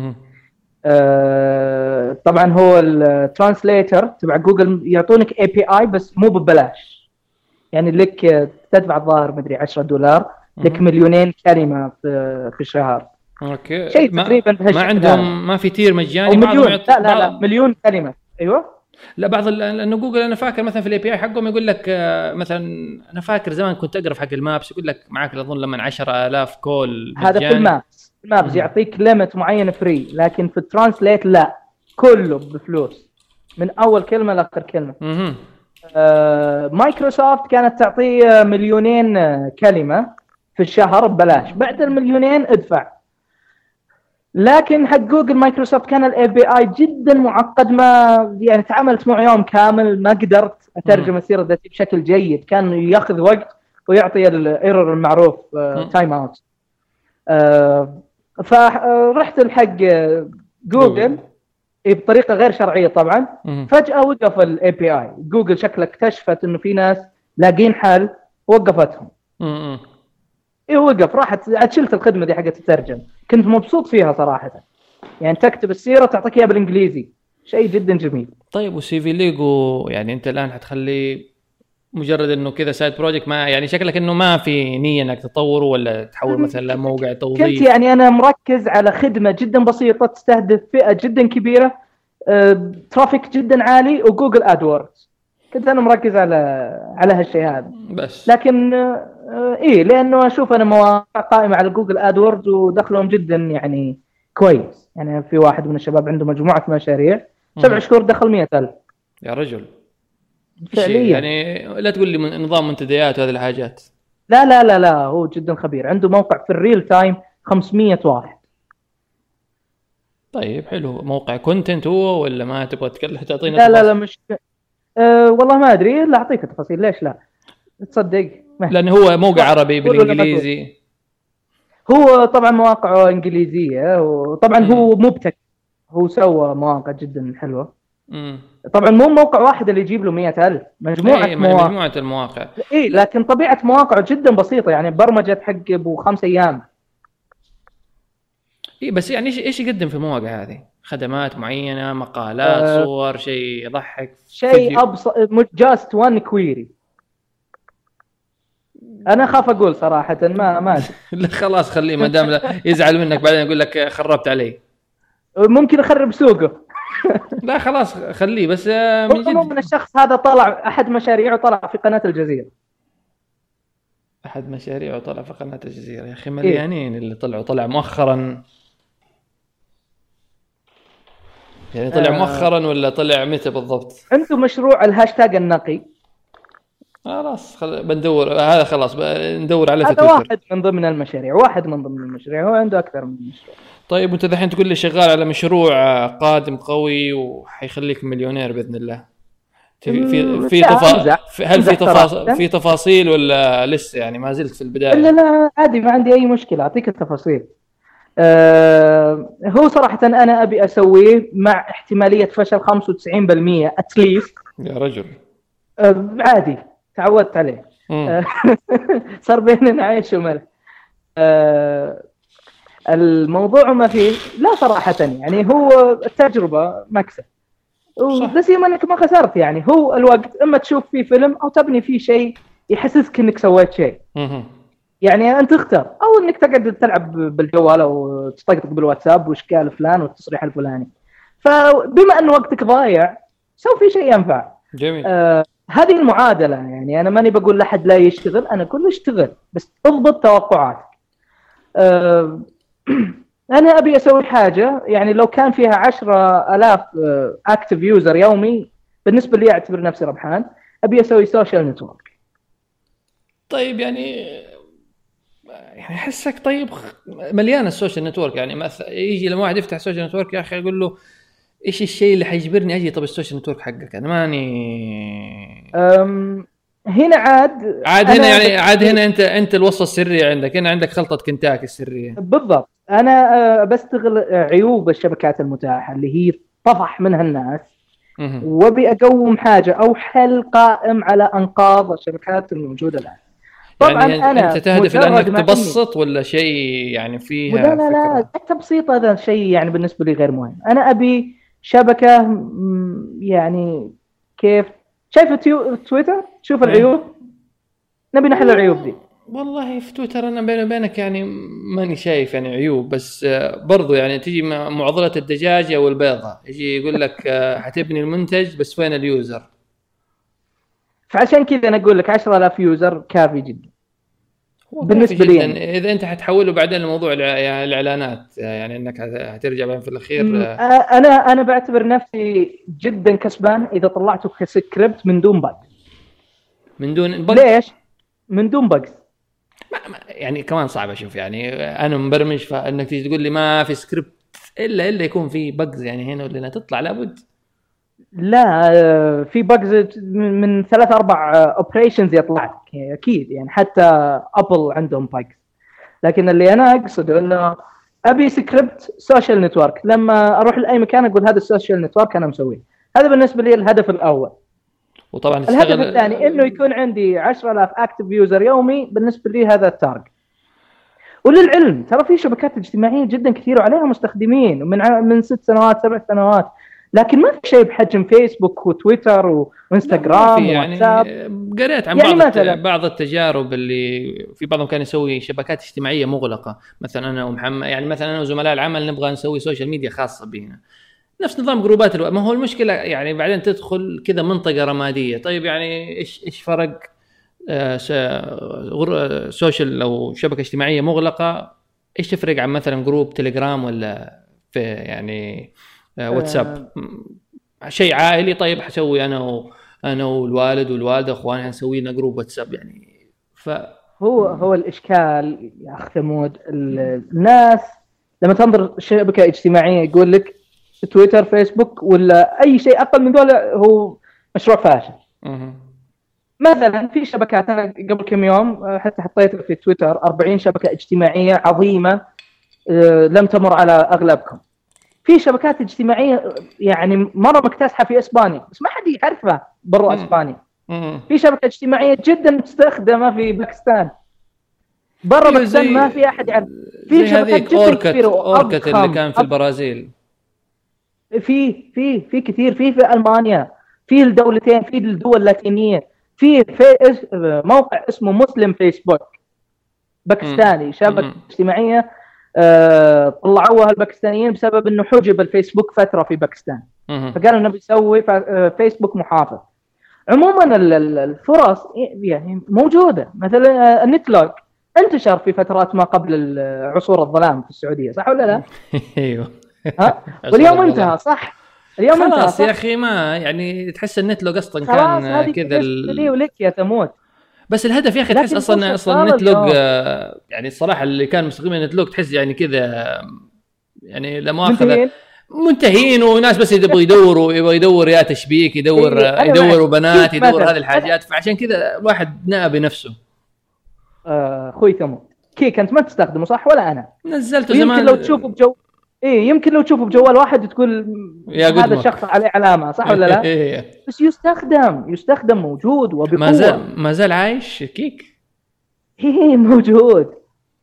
طبعا هو الترانسليتر تبع جوجل يعطونك اي بي اي بس مو ببلاش، يعني لك تدفع الظاهر مدري $10 لك 2,000,000 كلمه في الشهر. اوكي شيء تقريبا ما عندهم ما في تير مجاني بعضهم لا 1,000,000 كلمه. ايوه لا بعض لانه جوجل انا فاكر مثلا في الاي بي اي حقهم يقول لك مثلا انا فاكر زمان كنت اقرا في حق المابس يقول لك معك اظن لما 10,000 كول هذا في المابس يعطيك ليمت معين فري، لكن في الترانسليت لا كله بفلوس من اول كلمه لاخر كلمه. مايكروسوفت كانت تعطي 2,000,000 كلمه في الشهر ببلاش، بعد 2,000,000 ادفع. لكن حق جوجل مايكروسوفت كان الاي بي اي جدا معقد، ما يعني تعاملت معه يوم كامل ما قدرت اترجم السيره الذاتيه بشكل جيد، كان ياخذ وقت ويعطي الايرور المعروف تايم اوت. فرحت الحق جوجل بطريقه غير شرعيه طبعا. فجاه وقف الاي بي اي. جوجل شكله اكتشفت انه في ناس لاقين حل وقفتهم. وقف، راحت شلت الخدمه دي حقت الترجمه. كنت مبسوط فيها صراحه، يعني تكتب السيره تعطيك اياها بالانجليزي، شيء جدا جميل. طيب والسي في ليجو يعني انت الان حتخليه مجرد انه كذا سايد بروجكت، ما يعني شكلك انه ما في نيه انك تطوره ولا تحول مثلا لموقع توظيف؟ كنت يعني انا مركز على خدمه جدا بسيطه تستهدف فئه جدا كبيره، ترافيك جدا عالي وجوجل ادوردز. كنت انا مركز على هالشيء هذا بس. لكن ايه لانه اشوف انا مواقع قائمه على جوجل ادوردز ودخلهم جدا يعني كويس. يعني في واحد من الشباب عنده مجموعه مشاريع 7 شهور دخل 100,000 يا رجل فعليا. يعني لا تقول لي نظام منتديات وهذه الحاجات. لا هو جدا خبير، عنده موقع في الريل تايم 500 واحد. طيب حلو. موقع كونتنت هو ولا ما تبغى تعطينا؟ لا مش والله ما ادري، لا اعطيك تفاصيل. ليش لا تصدق؟ لأنه هو موقع عربي بالإنجليزي. هو طبعا مواقعه إنجليزية، وطبعا هو مبتكر، هو سوى مواقع جدا حلوة. طبعا مو موقع واحد اللي يجيب له 100,000، مجموعة المواقع. إيه لكن طبيعة مواقعه جدا بصيطة، يعني برمجة حق ابو 5 أيام. إيه بس يعني إيش يقدم في المواقع هذه؟ خدمات معينة، مقالات، صور، شيء يضحك، شيء أبسط، just one query. انا خاف اقول صراحه ما لا خلاص خليه، ما دام يزعل منك بعدين يقول لك خربت عليه. ممكن اخرب سوقه. لا خلاص خليه بس. من الشخص هذا طلع احد مشاريعه طلع في قناه الجزيره. احد مشاريعه طلع في قناه الجزيره؟ يا اخي مليانين اللي طلع مؤخرا. يعني طلع مؤخرا ولا طلع متى بالضبط؟ عنده مشروع الهاشتاج النقي. خلاص بندور هذا، خلاص ندور عليه في تويتر. هذا واحد من ضمن المشاريع هو عنده اكثر من مشروع. طيب وانت الحين تقول لي شغال على مشروع قادم قوي وحيخليك مليونير باذن الله. هل في تفاصيل ولا لسه يعني ما زلت في البدايه؟ لا عادي، ما عندي اي مشكله، اعطيك التفاصيل. هو صراحه انا ابي اسويه مع احتماليه فشل 95% اتليست. يا رجل عادي تعودت عليه. صار بيننا عيش وملح. الموضوع ما فيه لا صراحة، يعني هو التجربة مكسب، بس يوم انك ما خسرت. يعني هو الوقت اما تشوف فيه فيلم او تبني فيه شيء يحسسك انك سويت شيء. يعني انت تختار، او انك تقعد تلعب بالجوال او تطقطق بالواتساب واشكال فلان والتصريح الفلاني. فبما ان وقتك ضايع سوي فيه شيء ينفع. جميل. هذه المعادلة. يعني انا ماني بقول لحد لا يشتغل، انا كله اشتغل بس اضبط توقعاتك. أنا أبي أسوي حاجة يعني لو كان فيها 10,000 أكتيف يوزر يومي، بالنسبة لي أعتبر نفسي ربحان. أبي أسوي سوشيال نتورك. طيب يعني أحسك طيب مليان السوشيال نتورك. يعني يجي لما واحد يفتح سوشيال نتورك يا أخي أقول له إيش الشيء اللي حيجبرني أجي؟ طب السوشيال نتورك حقك أنا ماني هنا عاد هنا يعني عاد هنا أنت الوصفة السرية عندك، هنا عندك خلطة كنتاكي السرية. بالضبط. أنا بستغل عيوب الشبكات المتاحة اللي هي طفح منها الناس، وبي أقوم حاجة أو حل قائم على أنقاض الشبكات الموجودة الآن. طبعا يعني أنت تهدف إلى أنك تبسط ولا شيء يعني فيها لا التبسيط هذا شيء يعني بالنسبة لي غير مهم. أنا أبي شبكة يعني كيف شايف تويتر، شوف العيوب، نبي نحل العيوب دي. والله في تويتر أنا بيني وبينك يعني ماني شايف يعني عيوب، بس برضو يعني تيجي معضلة الدجاجة والبيضة، يجي يقول لك حتبني المنتج بس وين اليوزر. فعشان كذا أنا أقول لك 10,000 يوزر كافي جدا بالنسبة لي. يعني إذا أنت حتحوله بعدين لموضوع يعني الإعلانات، يعني إنك هترجع بين في الأخير. أنا بعتبر نفسي جدا كسبان إذا طلعته كسكريبت من دون بق. من دون بق؟ ليش؟ من دون بقز. يعني كمان صعب أشوف. يعني أنا مبرمج، فإنك تيجي تقول لي ما في سكريبت إلا يكون في بقز، يعني هنا ولا تطلع لابد. لا في بقز من 3-4 اوبريشنز يطلع لك اكيد، يعني حتى ابل عندهم بقز. لكن اللي انا اقصد انه ابي سكريبت سوشيال نتورك، لما اروح لاي مكان اقول هذا السوشيال نتورك انا مسويه. هذا بالنسبه لي الهدف الاول. وطبعا الهدف الثاني انه يكون عندي 10,000 اكتف يوزر يومي، بالنسبه لي هذا التارجت. وللعلم ترى في شبكات اجتماعيه جدا كثير وعليها مستخدمين من 6 سنوات 7 سنوات، لكن ما في شيء بحجم فيسبوك وتويتر وانستغرام وواتساب. يعني قريت عن يعني بعض التجارب اللي في بعضهم كان يسوي شبكات اجتماعيه مغلقه. مثلا انا ومحمد، يعني مثلا انا وزملاء العمل نبغى نسوي سوشيال ميديا خاصه بينا، نفس نظام جروبات ما هو المشكله يعني بعدين تدخل كذا منطقه رماديه. طيب يعني ايش فرق سوشيال او شبكه اجتماعيه مغلقه؟ ايش تفرق عن مثلا جروب تليجرام ولا في يعني واتساب؟ شيء عائلي. طيب حسوي انا والوالد والوالده اخواني هنسوي لنا جروب واتساب يعني. هو الاشكال يا اخ ثمود، الناس لما تنظر شبكه اجتماعيه يقول لك تويتر فيسبوك ولا اي شيء اقل من ذول هو مشروع فاشل. مثلا في شبكات، انا قبل كم يوم حتى حطيت في تويتر 40 شبكه اجتماعيه عظيمه لم تمر على اغلبكم. في شبكات اجتماعيه يعني مره مكتسحه في اسبانيا بس ما حد يعرفها برا اسبانيا. في شبكه اجتماعيه جدا مستخدمه في باكستان، برا باكستان ما في احد يعرف. في شبكات جدا كبيره اوركت اللي كان في البرازيل، في كثير، في المانيا، في الدولتين، في الدول اللاتينيه، في موقع اسمه مسلم فيسبوك باكستاني، شبكه اجتماعيه طلعوها الباكستانيين بسبب انه حجب الفيسبوك فتره في باكستان، فقالوا انه بيسوي فيسبوك محافظ. عموما الفرص يعني موجوده. مثلا النتلوج انتشر في فترات ما قبل عصور الظلام في السعوديه، صح ولا لا؟ ايوه. واليوم انتهى، صح؟ اليوم انتهى خلاص يا اخي. ما يعني تحس النتلوج اصلا كان كذا لي ولك يا ثمود. بس الهدف يا اخي تحس اصلا النتلوج يعني الصراحه اللي كان مستخدمين النتلوج تحس يعني كذا يعني لا مؤاخذه منتهين، وناس بس يبغوا يدور يا تشبيك، يدوروا بنات، يدور هذه الحاجات. فعشان كذا الواحد نأى بنفسه. اخوي ثمود كيك انت ما تستخدمه صح ولا انا نزلته زمان. يمكن لو تشوفه يمكن لو تشوفه بجوال واحد تقول هذا الشخص عليه علامه، صح ولا لا؟ بس يستخدم موجود وبقوه. ما زال عايش كيك. موجود.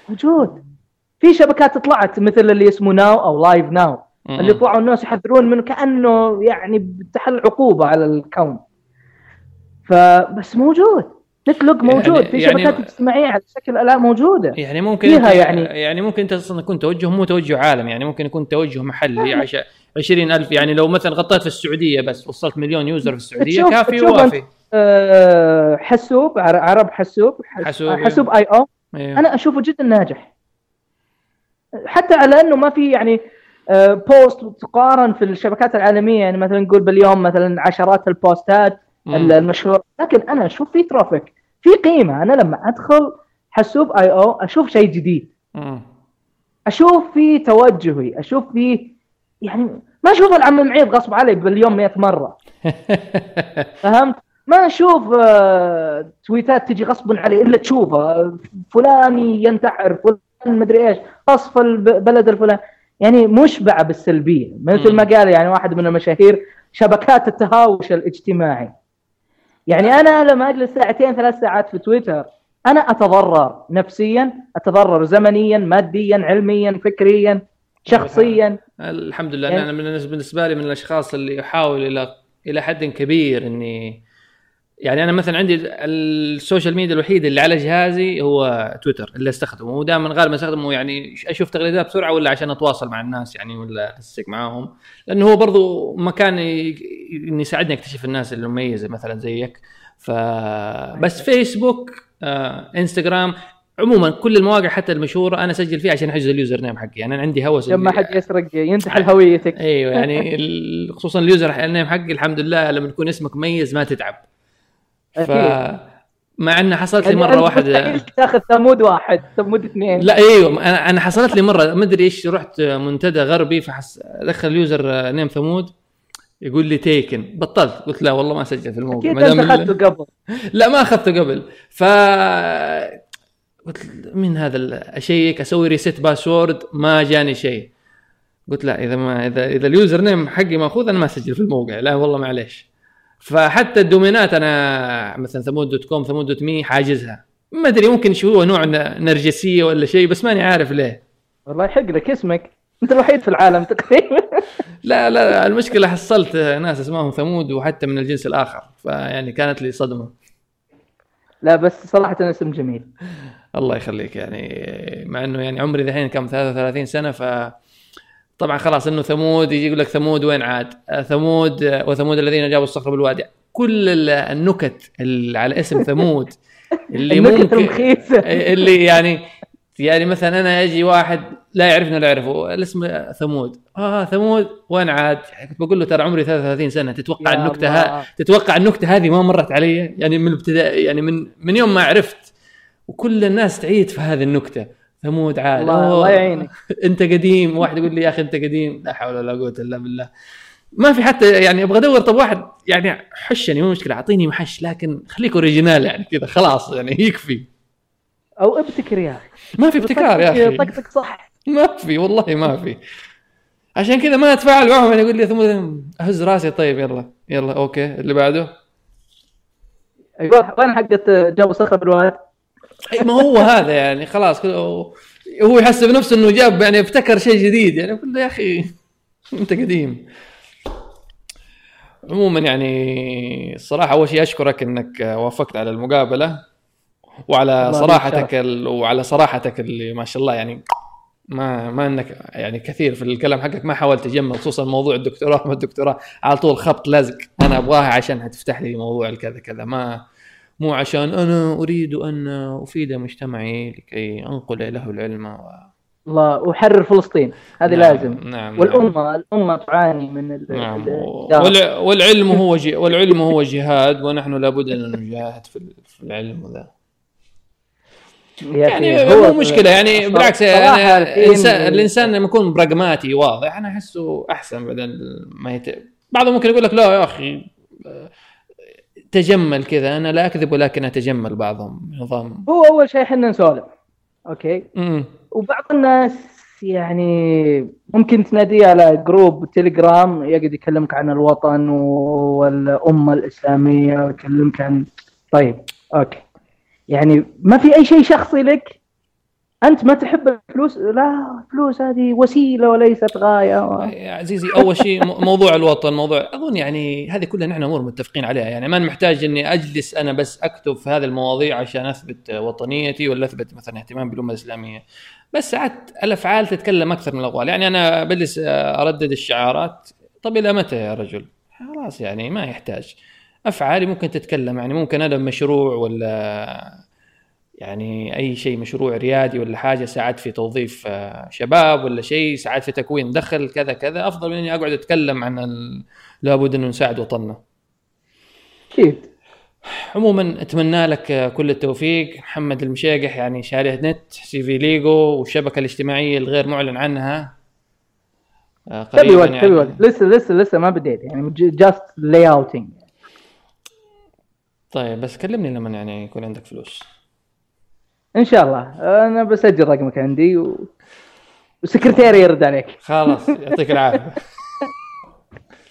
موجود. في شبكات طلعت مثل اللي اسمه ناو او لايف ناو، اللي طلعوا الناس يحذرون منه كأنه يعني بتحل عقوبة على الكون. فبس موجود، نتلوج موجود، في شبكات اجتماعية على شكل الآن موجودة. يعني ممكن فيها يعني ممكن انت اصلا يكون توجه مو توجه عالم، يعني ممكن يكون توجه محلي عشان 20,000. يعني لو مثلا غطيت في السعودية بس وصلت مليون يوزر في السعودية كافي ووافي. حسوب عرب حسوب اي او أيوه. انا اشوفه جدا ناجح، حتى على انه ما في يعني بوست تقارن في الشبكات العالمية. يعني مثلا نقول باليوم مثلا عشرات البوستات المشهورة، لكن انا اشوف في ترافيك، في قيمة. انا لما ادخل حسوب اي او اشوف شيء جديد، اشوف في توجهي، اشوف في يعني ما اشوف العم معيد غصب علي باليوم 100 مرة فهمت؟ ما اشوف تويتات تجي غصبا علي الا تشوفها فلان ينتحر، فلان مدري ايش، قصف البلد الفلاني. يعني مشبعة بالسلبية، مثل ما قال يعني واحد من المشاهير، شبكات التهاوش الاجتماعي. يعني انا لما اجلس 2-3 ساعات في تويتر انا اتضرر نفسيا، اتضرر زمنيا، ماديا، علميا، فكريا، شخصيا. الحمد لله يعني انا بالنسبه لي من الاشخاص اللي احاول الى حد كبير اني يعني انا مثلا عندي السوشيال ميديا الوحيد اللي على جهازي هو تويتر اللي استخدمه، ودائما غالبا استخدمه يعني اشوف تغريدات بسرعه ولا عشان اتواصل مع الناس يعني ولا انسق معاهم، لانه هو برضو مكان اني يساعدني اكتشف الناس المميزه مثلا زيك. فبس فيسبوك انستغرام عموما كل المواقع حتى المشهوره انا اسجل فيها عشان احجز اليوزر نيم حقي. يعني انا عندي هوس لما حد يسرق ينتحل هويتك. ايوه يعني خصوصا اليوزر نيم حقي الحمد لله لما يكون اسمك مميز ما تتعب. مع انه حصلت لي مره واحده تاخذ ثمود 1 ثمود 2. لا ايوه انا حصلت لي مره ما ادري ايش، رحت منتدى غربي ادخل اليوزر نيم ثمود يقول لي تيكن، بطلت قلت لا والله ما سجل في الموقع ما دام اخذته قبل. لا ما اخذته قبل، قلت من هذا اشيك اسوي ريست باسورد ما جاني شيء. قلت لا اذا اليوزر نيم حقي ماخوذ انا ما اسجل في الموقع، لا والله معليش. فحتى الدومينات انا مثلا ثمود.com ثمود.me حاجزها، ما ادري ممكن شو هو نوع نرجسيه ولا شيء بس ماني عارف ليه. والله يحق لك اسمك انت الوحيد في العالم تقريبا. لا المشكله حصلت ناس اسمهم ثمود وحتى من الجنس الاخر، فيعني كانت لي صدمه. لا بس صراحه اسم جميل. الله يخليك، يعني مع انه يعني عمري الحين كم 33 سنه، ف طبعا خلاص انه ثمود يجي يقول لك ثمود وين عاد ثمود وثمود الذين جابوا الصخر بالوادي، كل النكت اللي على اسم ثمود اللي ممكن اللي يعني مثلا انا اجي واحد لا يعرفني ولا يعرفه الاسم ثمود، ثمود وين عاد، كنت بقول له ترى عمري 33 سنه، تتوقع النكته هذه ما مرت علي يعني من الابتداء، يعني من يوم ما عرفت، وكل الناس تعيد في هذه النكته ثمود عاد. الله يعينك انت قديم. واحد يقول لي يا اخي انت قديم، لا حول ولا قوه الا بالله. ما في حتى يعني ابغى ادور طب واحد يعني حشني مو مشكله اعطيني محش، لكن خليك اوريجينال يعني كذا خلاص يعني يكفي. او ابتكر يا اخي. ما في ابتكار يا اخي، طقطق صح ما في والله ما في. عشان كذا ما اتفاعل معهم. يعني يقول لي ثمود اهز راسي طيب يلا اوكي اللي بعده. ايوه وين حقت جابوا صخره بالواد. ما هو هذا يعني خلاص هو يحسب نفسه انه جاب يعني ابتكر شيء جديد، يعني كل يا اخي انت قديم. عموما يعني الصراحه اول شيء اشكرك انك وافقت على المقابله وعلى صراحتك اللي ما شاء الله، يعني ما انك يعني كثير في الكلام حقك ما حاولت تجمل، خصوصا موضوع الدكتوراه على طول خبط لزق، انا ابغاها عشان هتفتح لي موضوع الكذا كذا، مو عشان أنا أريد أن أفيد مجتمعي لكي أنقل له العلم الله وحرر فلسطين هذه نعم لازم. نعم والأمة تعاني من نعم. والعلم هو جهاد، ونحن لابد أن نجاهد في العلم ذا. يعني هو مشكلة يعني بالعكس الإنسان لما يكون براغماتي واضح أنا أحسه أحسن، بدل ما بعضهم ممكن يقول لك لا يا أخي تجمل كذا، أنا لا أكذب ولكن أتجمل. بعضهم نظام هو أول شيء حنا نسولف أوكي وبعض الناس يعني ممكن تناديه على جروب تيليجرام يقعد يكلمك عن الوطن والأمة الإسلامية ويكلمك عن طيب أوكي يعني ما في أي شيء شخصي لك انت ما تحب الفلوس؟ لا، الفلوس هذه وسيله وليست غايه. يا عزيزي اول شيء موضوع الوطن، موضوع اظن يعني هذه كلها نحن امور متفقين عليها، يعني ما نحتاج اني اجلس انا بس اكتب في هذه المواضيع عشان اثبت وطنيتي ولا اثبت مثلا اهتمام بالامه الاسلاميه. بس ساعات الافعال تتكلم اكثر من الاقوال. يعني انا بجلس اردد الشعارات، طب الى متى يا رجل؟ خلاص يعني ما يحتاج. افعالي ممكن تتكلم، يعني ممكن هذا مشروع ولا يعني اي شيء، مشروع ريادي ولا حاجه، ساعات في توظيف شباب ولا شيء، ساعات في تكوين دخل كذا كذا، افضل من اني اقعد اتكلم عن لابد انه نساعد وطننا. اكيد. عموما اتمنى لك كل التوفيق محمد المشيقح، يعني شارع نت سي في ليجو والشبكه الاجتماعيه الغير معلن عنها قريبا تبي يعني. وقت لسه ما بديت يعني، جاست لاي اوتنج. طيب بس كلمني لما يعني يكون عندك فلوس ان شاء الله. انا بسجل رقمك عندي وسكرتيري يرد عليك. خلاص يعطيك العافيه.